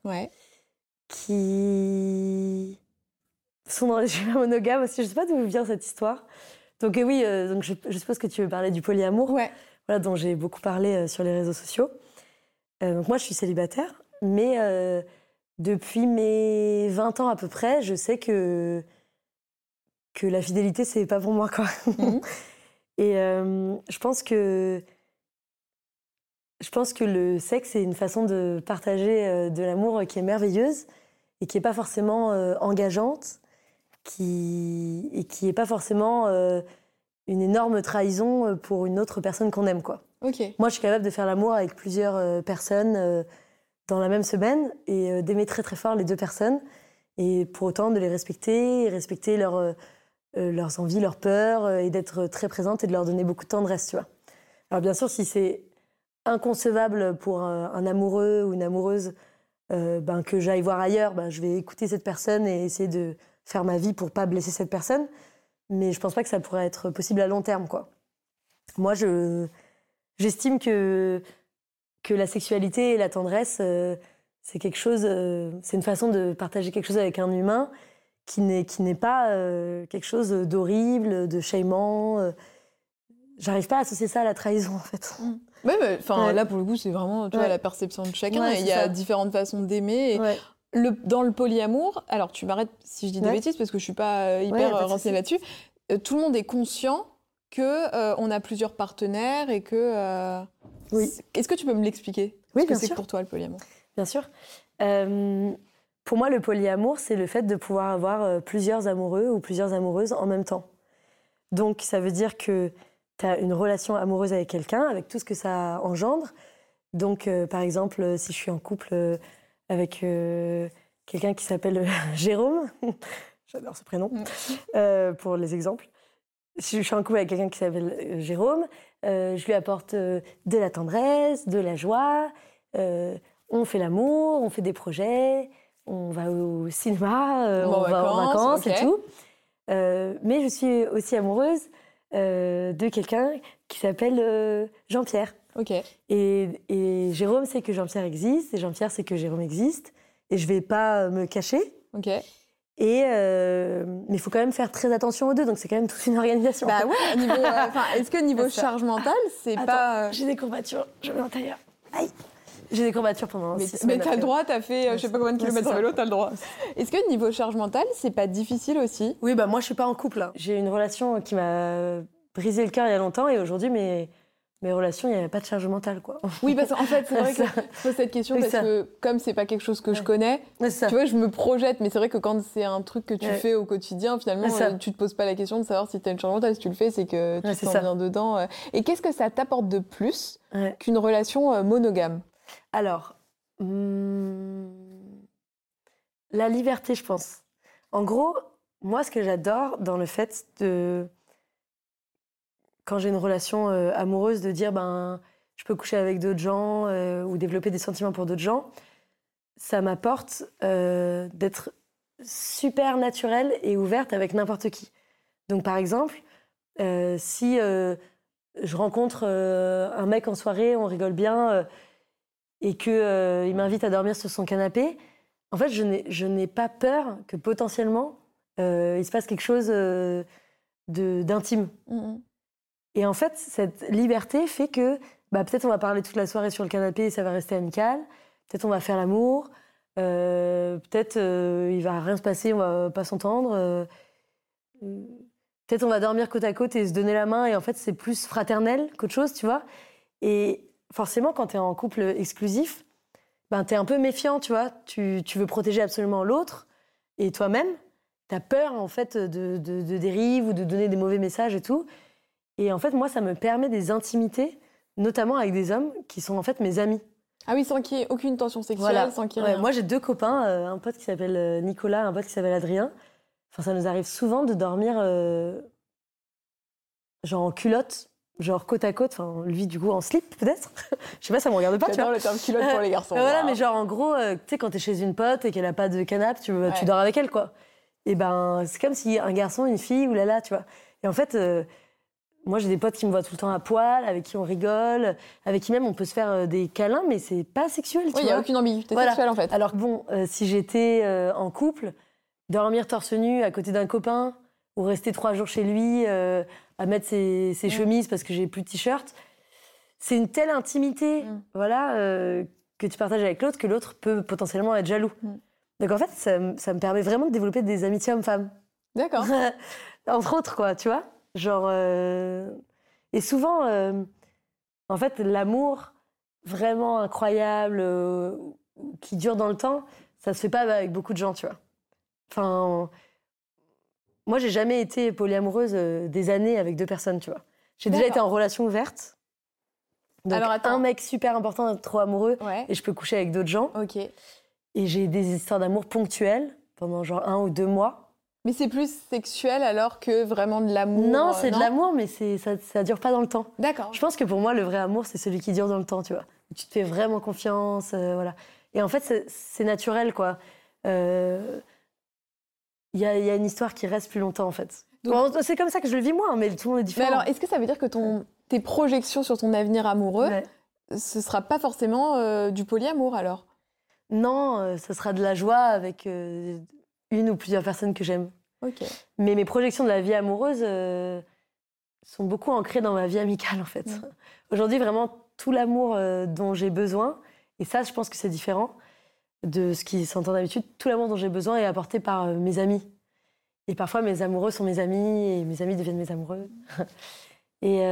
qui sont dans les schémas monogames aussi. Je ne sais pas d'où vient cette histoire. Donc oui, donc je suppose que tu veux parler du polyamour, voilà, dont j'ai beaucoup parlé sur les réseaux sociaux. Donc moi, je suis célibataire, mais depuis mes 20 ans à peu près, je sais que la fidélité, c'est pas pour moi, quoi. Et je pense que le sexe est une façon de partager de l'amour qui est merveilleuse et qui n'est pas forcément engageante, et qui n'est pas forcément une énorme trahison pour une autre personne qu'on aime, quoi. Okay. Moi, je suis capable de faire l'amour avec plusieurs personnes dans la même semaine et d'aimer très très fort les 2 personnes, et pour autant de les respecter, et respecter leurs envies, leurs peurs, et d'être très présente et de leur donner beaucoup de tendresse, tu vois. Alors bien sûr, si c'est inconcevable pour un amoureux ou une amoureuse que j'aille voir ailleurs, je vais écouter cette personne et essayer de faire ma vie pour pas blesser cette personne, mais je pense pas que ça pourrait être possible à long terme, quoi. Moi, j'estime que la sexualité et la tendresse, c'est quelque chose, c'est une façon de partager quelque chose avec un humain qui n'est pas quelque chose d'horrible, de shamant. J'arrive pas à associer ça à la trahison, en fait. Oui, là, pour le coup, c'est vraiment la perception de chacun. Et il y a différentes façons d'aimer. Dans le polyamour, alors tu m'arrêtes si je dis des bêtises, parce que je suis pas hyper renseignée là-dessus, tout le monde est conscient qu'on a plusieurs partenaires et que... Est-ce que tu peux me l'expliquer? Oui, bien sûr. Ce que c'est pour toi, le polyamour? Bien sûr. Pour moi, le polyamour, c'est le fait de pouvoir avoir plusieurs amoureux ou plusieurs amoureuses en même temps. Donc, ça veut dire que tu as une relation amoureuse avec quelqu'un, avec tout ce que ça engendre. Donc, par exemple, si je suis en couple avec quelqu'un qui s'appelle Jérôme, j'adore ce prénom, pour les exemples. Si je suis en couple avec quelqu'un qui s'appelle Jérôme, je lui apporte de la tendresse, de la joie, on fait l'amour, on fait des projets, on va au cinéma, on va en vacances et tout. Mais je suis aussi amoureuse de quelqu'un qui s'appelle Jean-Pierre. Ok. Et Jérôme sait que Jean-Pierre existe, et Jean-Pierre sait que Jérôme existe, et je vais pas me cacher. Ok. Mais il faut quand même faire très attention aux deux, donc c'est quand même toute une organisation. Bah ouais, niveau, est-ce que niveau charge mentale, c'est Attends, pas... j'ai des courbatures, je vais en tailleur. Aïe. J'ai des courbatures pendant 6 Mais semaines. t'as le droit, t'as fait je sais pas combien de kilomètres en vélo, t'as le droit. Est-ce que niveau charge mentale, c'est pas difficile aussi? Oui, bah moi je suis pas en couple. Là. J'ai une relation qui m'a brisé le cœur il y a longtemps, et aujourd'hui mes relations, il n'y avait pas de charge mentale, quoi. Oui, parce qu'en fait, c'est vrai que je pose cette question parce que comme c'est pas quelque chose que je connais, tu vois, je me projette, mais c'est vrai que quand c'est un truc que tu fais au quotidien, finalement, tu te poses pas la question de savoir si t'as une charge mentale. Si tu le fais, c'est que tu te sens bien dedans. Et qu'est-ce que ça t'apporte de plus qu'une relation monogame? Alors, la liberté, je pense. En gros, moi, ce que j'adore dans le fait de... Quand j'ai une relation amoureuse, de dire, je peux coucher avec d'autres gens ou développer des sentiments pour d'autres gens, ça m'apporte d'être super naturelle et ouverte avec n'importe qui. Donc, par exemple, si je rencontre un mec en soirée, on rigole bien, et qu'il m'invite à dormir sur son canapé, en fait, je n'ai pas peur que potentiellement il se passe quelque chose d'intime. Et en fait, cette liberté fait que peut-être on va parler toute la soirée sur le canapé et ça va rester amical. Peut-être on va faire l'amour. Peut-être il va rien se passer, on va pas s'entendre. Peut-être on va dormir côte à côte et se donner la main. Et en fait, c'est plus fraternel qu'autre chose, tu vois. Et forcément, quand tu es en couple exclusif, tu es un peu méfiant, tu vois. Tu veux protéger absolument l'autre et toi-même. Tu as peur, en fait, de dérive ou de donner des mauvais messages et tout. Et en fait, moi, ça me permet des intimités, notamment avec des hommes qui sont en fait mes amis. Ah oui, sans qu'il y ait aucune tension sexuelle, voilà. sans qu'il y ait rien. Moi, j'ai 2 copains, un pote qui s'appelle Nicolas, un pote qui s'appelle Adrien. Enfin, ça nous arrive souvent de dormir genre en culotte, genre côte à côte. Enfin, lui, du coup, en slip, peut-être. Je sais pas, ça me regarde pas, tu vois. J'adore le terme culotte pour les garçons. Voilà, mais genre, en gros, tu sais, quand t'es chez une pote et qu'elle a pas de canapé, tu dors avec elle, quoi. Et c'est comme si un garçon, une fille, oulala, tu vois. Et en fait... moi, j'ai des potes qui me voient tout le temps à poil, avec qui on rigole, avec qui même on peut se faire des câlins, mais c'est pas sexuel, tu vois. Oui, il n'y a aucune ambiguïté sexuelle, en fait. Alors bon, si j'étais en couple, dormir torse nu à côté d'un copain, ou rester 3 jours chez lui, à mettre ses chemises parce que j'ai plus de t-shirt, c'est une telle intimité, que tu partages avec l'autre, que l'autre peut potentiellement être jaloux. Donc en fait, ça me permet vraiment de développer des amitiés hommes-femmes. D'accord. Entre autres, quoi, tu vois. Genre, et souvent, en fait, l'amour vraiment incroyable, qui dure dans le temps, ça se fait pas avec beaucoup de gens, tu vois. Enfin, moi, j'ai jamais été polyamoureuse des années avec 2 personnes, tu vois. J'ai déjà été en relation ouverte. Donc, alors, un mec super important, trop amoureux, et je peux coucher avec d'autres gens. Ok. Et j'ai des histoires d'amour ponctuelles pendant genre 1 ou 2 mois. Mais c'est plus sexuel alors que vraiment de l'amour? Non, c'est de l'amour, mais ça dure pas dans le temps. D'accord. Je pense que pour moi, le vrai amour, c'est celui qui dure dans le temps, tu vois. Tu te fais vraiment confiance, voilà. Et en fait, c'est naturel, quoi. Il y a une histoire qui reste plus longtemps, en fait. Donc, c'est comme ça que je le vis, moi, mais tout le monde est différent. Mais alors, est-ce que ça veut dire que tes projections sur ton avenir amoureux, ce sera pas forcément du polyamour, alors? Non, ce sera de la joie avec... une ou plusieurs personnes que j'aime. Okay. Mais mes projections de la vie amoureuse sont beaucoup ancrées dans ma vie amicale, en fait. Aujourd'hui, vraiment, tout l'amour dont j'ai besoin, et ça, je pense que c'est différent de ce qui s'entend d'habitude, tout l'amour dont j'ai besoin est apporté par mes amis. Et parfois, mes amoureux sont mes amis, et mes amis deviennent mes amoureux. Et...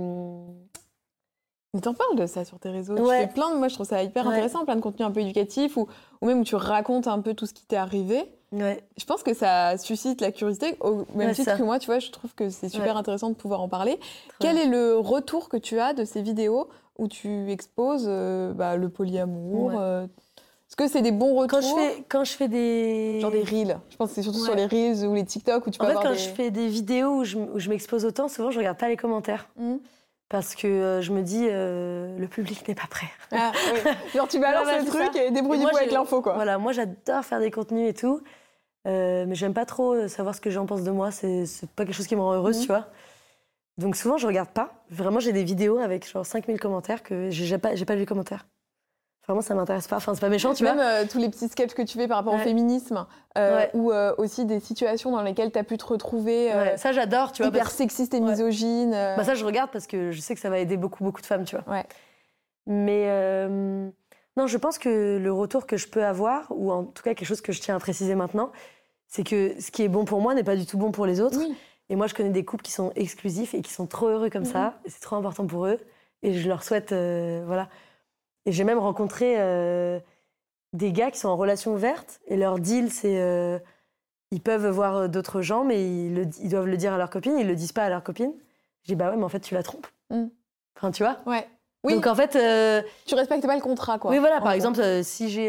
Mais t'en parles de ça sur tes réseaux. Tu fais moi je trouve ça hyper intéressant, plein de contenus un peu éducatifs, ou même où tu racontes un peu tout ce qui t'est arrivé. Je pense que ça suscite la curiosité, au même titre que moi, tu vois, je trouve que c'est super intéressant de pouvoir en parler. Quel est le retour que tu as de ces vidéos où tu exposes le polyamour Est-ce que c'est des bons retours? Quand je fais des... Genre des reels. Je pense que c'est surtout sur les reels ou les TikTok où tu peux avoir quand je fais des vidéos où je m'expose autant, souvent je regarde pas les commentaires. Parce que je me dis, le public n'est pas prêt. Ah, oui. Genre tu balances le truc et débrouille-toi avec l'info, quoi. Voilà, moi j'adore faire des contenus et tout, mais j'aime pas trop savoir ce que les gens pensent de moi. C'est pas quelque chose qui me rend heureuse, tu vois. Donc souvent, je regarde pas. Vraiment, j'ai des vidéos avec genre 5000 commentaires que j'ai pas lu les commentaires. Vraiment, ça m'intéresse pas. Enfin, c'est pas méchant, tu vois. Même tous les petits sketchs que tu fais par rapport au féminisme, ou aussi des situations dans lesquelles tu as pu te retrouver ça, j'adore, tu vois. Hyper sexiste et misogyne. Bah, ça, je regarde parce que je sais que ça va aider beaucoup de femmes, tu vois. Ouais. Mais non, je pense que le retour que je peux avoir, ou en tout cas quelque chose que je tiens à préciser maintenant, c'est que ce qui est bon pour moi n'est pas du tout bon pour les autres. Oui. Et moi, je connais des couples qui sont exclusifs et qui sont trop heureux comme ça. Et c'est trop important pour eux. Et je leur souhaite, voilà. Et j'ai même rencontré des gars qui sont en relation ouverte. Et leur deal, c'est... ils peuvent voir d'autres gens, mais ils doivent le dire à leur copine. Ils le disent pas à leur copine. Je dis, bah ouais, mais en fait, tu la trompes. Enfin, tu vois. Ouais. Oui. Donc, en fait... tu respectes pas le contrat, quoi. Oui, voilà. Par exemple, si j'ai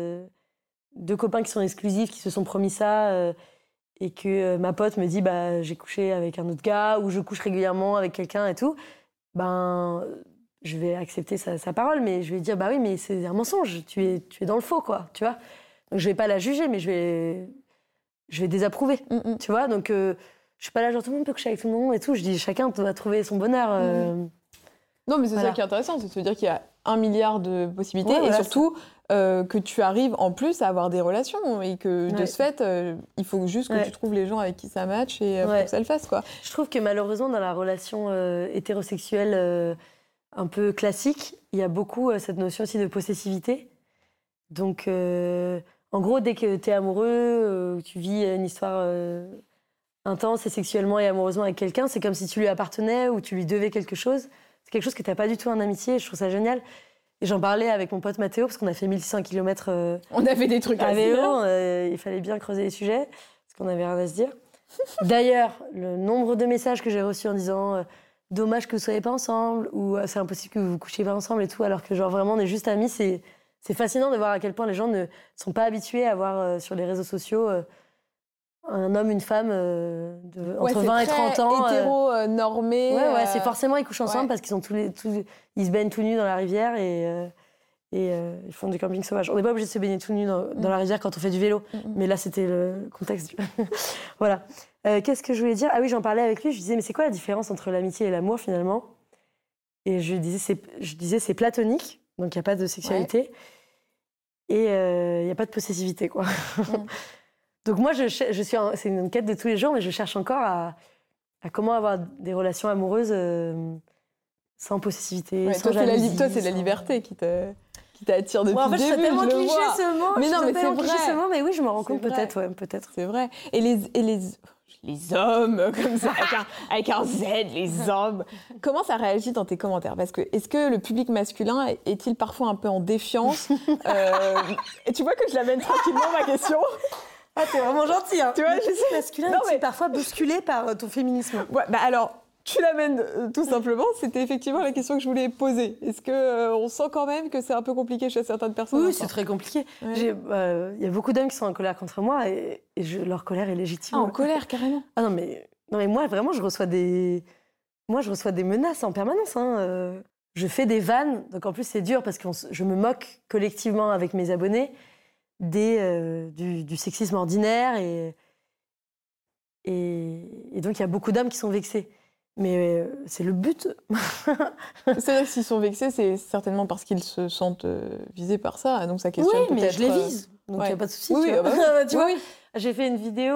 2 copains qui sont exclusifs, qui se sont promis ça... et que ma pote me dit bah j'ai couché avec un autre gars ou je couche régulièrement avec quelqu'un et tout, ben je vais accepter sa parole, mais je vais dire bah oui, mais c'est un mensonge, tu es dans le faux, quoi, tu vois. Donc je vais pas la juger, mais je vais désapprouver, tu vois. Donc je suis pas là genre tout le monde peut coucher avec tout le monde et tout. Je dis chacun doit trouver son bonheur. Non, mais c'est ça qui est intéressant, c'est de se dire qu'il y a 1 milliard de possibilités et surtout que tu arrives en plus à avoir des relations et que de ce fait, il faut juste que tu trouves les gens avec qui ça match et pour que ça le fasse, quoi. Je trouve que malheureusement, dans la relation hétérosexuelle un peu classique, il y a beaucoup cette notion aussi de possessivité. Donc, en gros, dès que tu es amoureux, tu vis une histoire intense et sexuellement et amoureusement avec quelqu'un, c'est comme si tu lui appartenais ou tu lui devais quelque chose. C'est quelque chose que tu n'as pas du tout en amitié et je trouve ça génial. Et j'en parlais avec mon pote Mathéo, parce qu'on a fait 1600 km on a fait des trucs à vélo. Il fallait bien creuser les sujets, parce qu'on avait rien à se dire. D'ailleurs, le nombre de messages que j'ai reçus en disant dommage que vous ne soyez pas ensemble, ou c'est impossible que vous ne couchiez pas ensemble et tout, alors que genre vraiment on est juste amis, c'est fascinant de voir à quel point les gens ne sont pas habitués à voir sur les réseaux sociaux un homme, une femme entre 20 et 30 ans. Hétéro-normé. Ouais, c'est forcément ils couchent ensemble parce qu'ils sont ils se baignent tout nus dans la rivière et ils font du camping sauvage. On n'est pas obligé de se baigner tout nus dans la rivière quand on fait du vélo, mais là c'était le contexte. Voilà. Qu'est-ce que je voulais dire ? Ah oui, j'en parlais avec lui, je disais mais c'est quoi la différence entre l'amitié et l'amour finalement ? Et je disais c'est platonique, donc il n'y a pas de sexualité et il n'y a pas de possessivité, quoi. Donc moi, c'est une quête de tous les jours, mais je cherche encore à comment avoir des relations amoureuses sans possessivité, sans jalousie. Toi, c'est la liberté qui t'attire depuis le début. C'est tellement cliché vois. ce mot. Mais non, mais c'est vrai. Mais oui, je me rends compte peut-être. C'est vrai. Et les hommes, comme ça, avec un Z, les hommes. Comment ça réagit dans tes commentaires ? Parce que est-ce que le public masculin est-il parfois un peu en défiance Et tu vois que je l'amène tranquillement, ma question. Ah, t'es vraiment gentil, hein. Tu vois, je sais. Masculin, mais parfois bousculé par ton féminisme. Ouais, bah alors, tu l'amènes tout simplement. C'était effectivement la question que je voulais poser. Est-ce que on sent quand même que c'est un peu compliqué chez certaines personnes ? Oui, c'est très compliqué. Il y a beaucoup d'hommes qui sont en colère contre moi et leur colère est légitime. Ah, en colère, carrément. Ah non, mais moi, vraiment, je reçois des menaces en permanence, hein. Je fais des vannes, donc en plus, c'est dur parce que je me moque collectivement avec mes abonnés du sexisme ordinaire et donc il y a beaucoup d'hommes qui sont vexés. Mais c'est le but. C'est-à-dire que s'ils sont vexés, c'est certainement parce qu'ils se sentent visés par ça. Donc ça questionne peut-être... Oui, mais je les vise. Donc il n'y a pas de souci. Oui, tu vois, j'ai fait une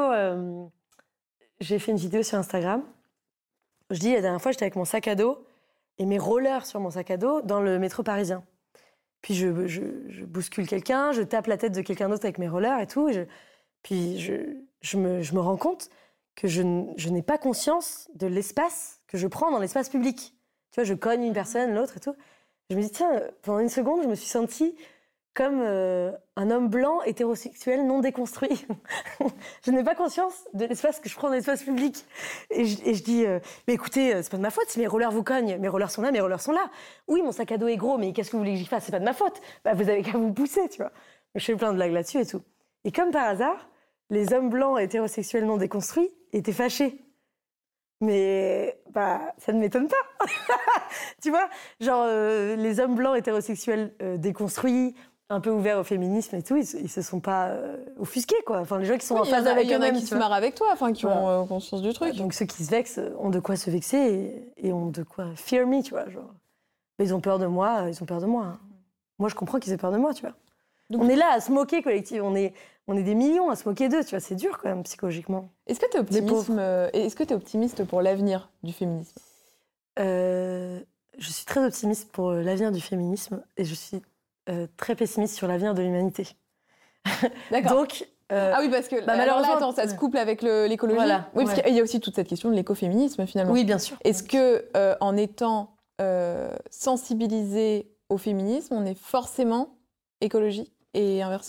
vidéo sur Instagram. Je dis, la dernière fois, j'étais avec mon sac à dos et mes rollers sur mon sac à dos dans le métro parisien. Puis je bouscule quelqu'un, je tape la tête de quelqu'un d'autre avec mes rollers et tout. Puis je me rends compte que je n'ai pas conscience de l'espace que je prends dans l'espace public. Tu vois, je cogne une personne, l'autre et tout. Je me dis, tiens, pendant une seconde, je me suis sentie comme un homme blanc hétérosexuel non déconstruit. Je n'ai pas conscience de l'espace que je prends dans l'espace public. Et je dis, mais écoutez, c'est pas de ma faute si mes rollers vous cognent. Mes rollers sont là, mes rollers sont là. Oui, mon sac à dos est gros, mais qu'est-ce que vous voulez que j'y fasse ? C'est pas de ma faute. Bah, vous avez qu'à vous pousser, tu vois. Je fais plein de blagues là-dessus et tout. Et comme par hasard, les hommes blancs hétérosexuels non déconstruits étaient fâchés. Mais ça ne m'étonne pas. Tu vois, genre les hommes blancs hétérosexuels déconstruits, un peu ouverts au féminisme et tout, ils se sont pas offusqués, quoi. Enfin, les gens qui sont en phase avec eux-mêmes. Il y en a qui se marrent avec toi, enfin, qui ont conscience du truc. Donc ceux qui se vexent ont de quoi se vexer et ont de quoi fear me, tu vois. Genre. Mais ils ont peur de moi, hein. Moi, je comprends qu'ils aient peur de moi, tu vois. Donc, on est là à se moquer collectivement, on est des millions à se moquer d'eux, tu vois. C'est dur quand même psychologiquement. Est-ce que tu es optimiste pour l'avenir du féminisme ? Je suis très optimiste pour l'avenir du féminisme et je suis très pessimiste sur l'avenir de l'humanité. D'accord. Donc, ah oui, parce que malheureusement, ça se couple avec l'écologie. Voilà, oui, parce qu'il y a aussi toute cette question de l'écoféminisme finalement. Oui, bien sûr. Est-ce que en étant sensibilisé au féminisme, on est forcément écologie et inversement ?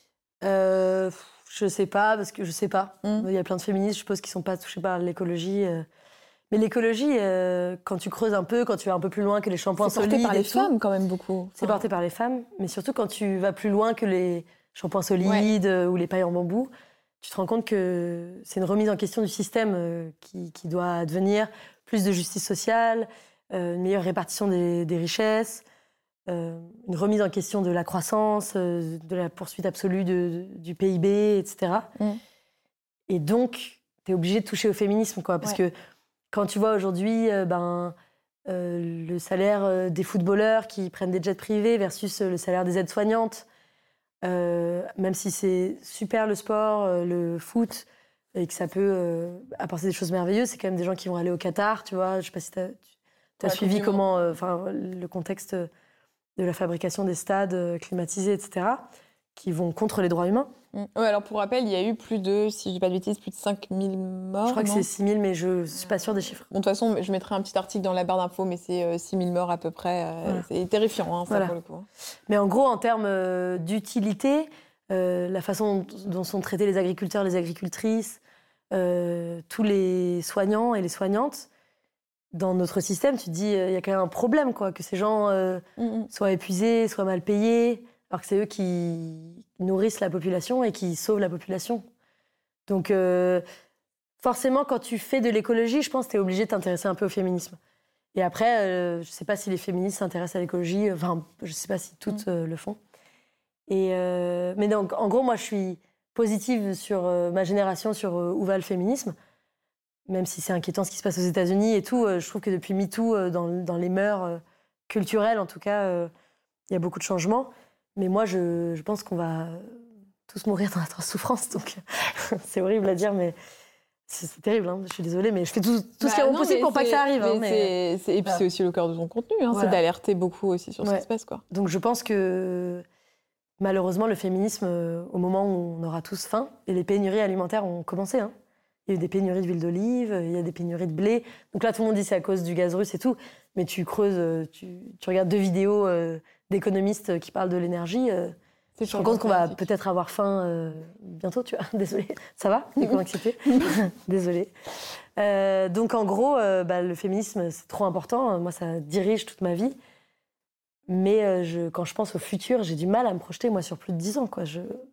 Je sais pas, parce que je sais pas. Il y a plein de féministes, je suppose, qui sont pas touchés par l'écologie. Mais l'écologie, quand tu creuses un peu, quand tu vas un peu plus loin que les shampoings solides... C'est porté par les femmes, quand même, beaucoup. C'est porté par les femmes, mais surtout quand tu vas plus loin que les shampoings solides ou les pailles en bambou, tu te rends compte que c'est une remise en question du système qui doit advenir, plus de justice sociale, une meilleure répartition des richesses, une remise en question de la croissance, de la poursuite absolue du PIB, etc. Et donc, tu es obligé de toucher au féminisme, quoi, parce que quand tu vois aujourd'hui le salaire des footballeurs qui prennent des jets privés versus le salaire des aides-soignantes, même si c'est super le sport, le foot, et que ça peut apporter des choses merveilleuses, c'est quand même des gens qui vont aller au Qatar, tu vois. Je sais pas si tu as suivi comment, le contexte de la fabrication des stades climatisés, etc., qui vont contre les droits humains. Ouais, alors pour rappel, il y a eu plus de 5 000 morts. Je crois que c'est 6 000, mais je ne suis pas sûre des chiffres. Bon, de toute façon, je mettrai un petit article dans la barre d'infos, mais c'est 6 000 morts à peu près. C'est terrifiant, ça, pour le coup. Mais en gros, en termes d'utilité, la façon dont sont traités les agriculteurs, les agricultrices, tous les soignants et les soignantes, dans notre système, tu te dis il y a quand même un problème, quoi, que ces gens soient épuisés, soient mal payés, alors que c'est eux qui nourrissent la population et qui sauvent la population. Donc, forcément, quand tu fais de l'écologie, je pense que tu es obligé de t'intéresser un peu au féminisme. Et après, je ne sais pas si les féministes s'intéressent à l'écologie, enfin, je ne sais pas si toutes le font. Mais donc, en gros, moi, je suis positive sur ma génération, sur où va le féminisme. Même si c'est inquiétant ce qui se passe aux États-Unis et tout, je trouve que depuis MeToo, dans les mœurs culturelles, en tout cas, il y a beaucoup de changements. Mais moi, je pense qu'on va tous mourir dans la souffrance. Donc, c'est horrible à dire, mais c'est terrible. Hein. Je suis désolée, mais je fais tout ce qui est possible pour pas que ça arrive. Et puis, c'est aussi le cœur de ton contenu, c'est d'alerter beaucoup aussi sur ce qui se passe, quoi. Donc, je pense que, malheureusement, le féminisme, au moment où on aura tous faim, et les pénuries alimentaires ont commencé, hein. Il y a eu des pénuries d'huile d'olive, il y a des pénuries de blé. Donc là, tout le monde dit c'est à cause du gaz russe et tout. Mais tu creuses, tu regardes 2 vidéos d'économistes qui parlent de l'énergie. Tu te rends compte qu'on va peut-être avoir faim bientôt, tu vois. Désolée. Ça va ? T'es comment excitée ? Désolée. Donc en gros, le féminisme, c'est trop important. Moi, ça dirige toute ma vie. Mais quand je pense au futur, j'ai du mal à me projeter, moi, sur plus de 10 ans, quoi.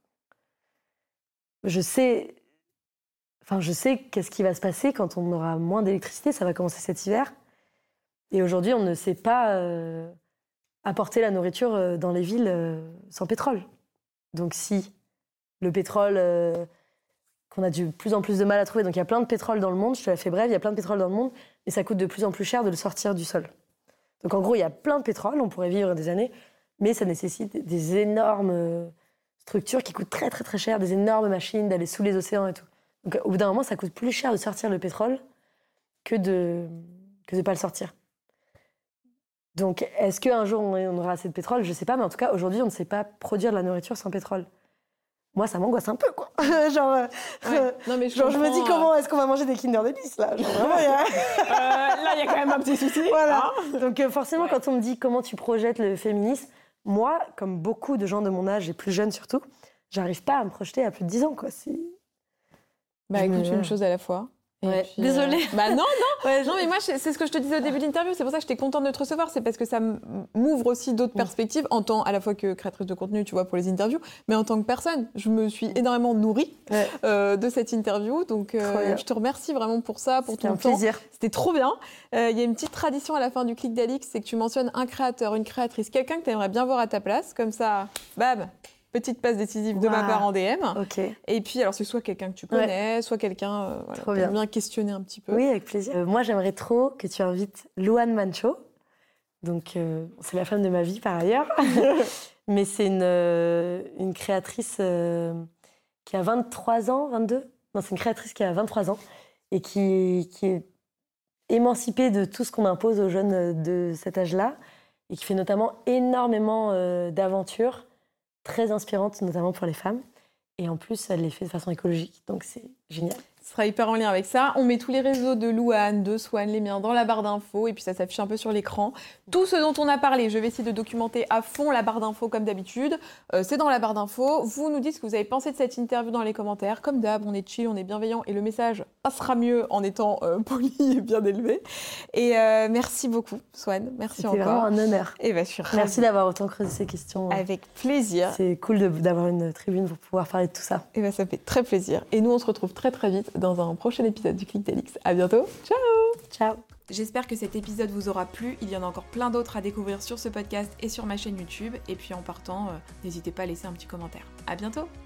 Je sais qu'est-ce qui va se passer quand on aura moins d'électricité. Ça va commencer cet hiver. Et aujourd'hui, on ne sait pas apporter la nourriture dans les villes sans pétrole. Donc si le pétrole qu'on a de plus en plus de mal à trouver, donc il y a plein de pétrole dans le monde, je te la fais brève, il y a plein de pétrole dans le monde, et ça coûte de plus en plus cher de le sortir du sol. Donc en gros, il y a plein de pétrole, on pourrait vivre des années, mais ça nécessite des énormes structures qui coûtent très très très cher, des énormes machines, d'aller sous les océans et tout. Donc, au bout d'un moment, ça coûte plus cher de sortir le pétrole que de pas le sortir. Donc, est-ce qu'un jour, on aura assez de pétrole ? Je ne sais pas, mais en tout cas, aujourd'hui, on ne sait pas produire de la nourriture sans pétrole. Moi, ça m'angoisse un peu, quoi. Non, mais je me dis, comment est-ce qu'on va manger des Kinder Delice, là ? Vraiment, là, il y a quand même un petit souci. Voilà. Donc, forcément, quand on me dit comment tu projettes le féminisme, moi, comme beaucoup de gens de mon âge, et plus jeunes surtout, j'arrive pas à me projeter à plus de 10 ans, quoi. Écoute, une chose à la fois. Ouais. Désolée. Bah non, mais moi, c'est ce que je te disais au début de l'interview. C'est pour ça que j'étais contente de te recevoir. C'est parce que ça m'ouvre aussi d'autres perspectives, en tant à la fois que créatrice de contenu, tu vois, pour les interviews, mais en tant que personne. Je me suis énormément nourrie de cette interview. Donc, je te remercie vraiment pour ça, pour ton temps. C'était un plaisir. C'était trop bien. Il y a une petite tradition à la fin du Clic d'Alix, c'est que tu mentionnes un créateur, une créatrice, quelqu'un que tu aimerais bien voir à ta place. Comme ça, bam, petite passe décisive de ma part en DM. Ok. Et puis, alors, c'est soit quelqu'un que tu connais, soit quelqu'un qui aime bien questionner un petit peu. Oui, avec plaisir. Moi, j'aimerais trop que tu invites Louane Mancho. Donc, c'est la femme de ma vie, par ailleurs. Mais c'est une créatrice qui a 23 ans, 22 ? Non, c'est une créatrice qui a 23 ans et qui est émancipée de tout ce qu'on impose aux jeunes de cet âge-là et qui fait notamment énormément d'aventures très inspirantes, notamment pour les femmes. Et en plus, elle les fait de façon écologique, donc c'est génial. Ce sera hyper en lien avec ça. On met tous les réseaux de Louane, de Swan, les miens, dans la barre d'infos, et puis ça s'affiche un peu sur l'écran. Tout ce dont on a parlé, je vais essayer de documenter à fond la barre d'infos comme d'habitude. C'est dans la barre d'infos. Vous nous dites ce que vous avez pensé de cette interview dans les commentaires. Comme d'hab, on est chill, on est bienveillant, et le message passera mieux en étant poli et bien élevé. Et merci beaucoup, Swan. Merci encore. C'était vraiment un honneur. Et je suis ravie. Merci d'avoir autant creusé ces questions. Avec plaisir. C'est cool d'avoir une tribune pour pouvoir parler de tout ça. Et ça me fait très plaisir. Et nous, on se retrouve très très vite dans un prochain épisode du Clic d'Alix. À bientôt. Ciao. Ciao. J'espère que cet épisode vous aura plu. Il y en a encore plein d'autres à découvrir sur ce podcast et sur ma chaîne YouTube. Et puis en partant, n'hésitez pas à laisser un petit commentaire. À bientôt.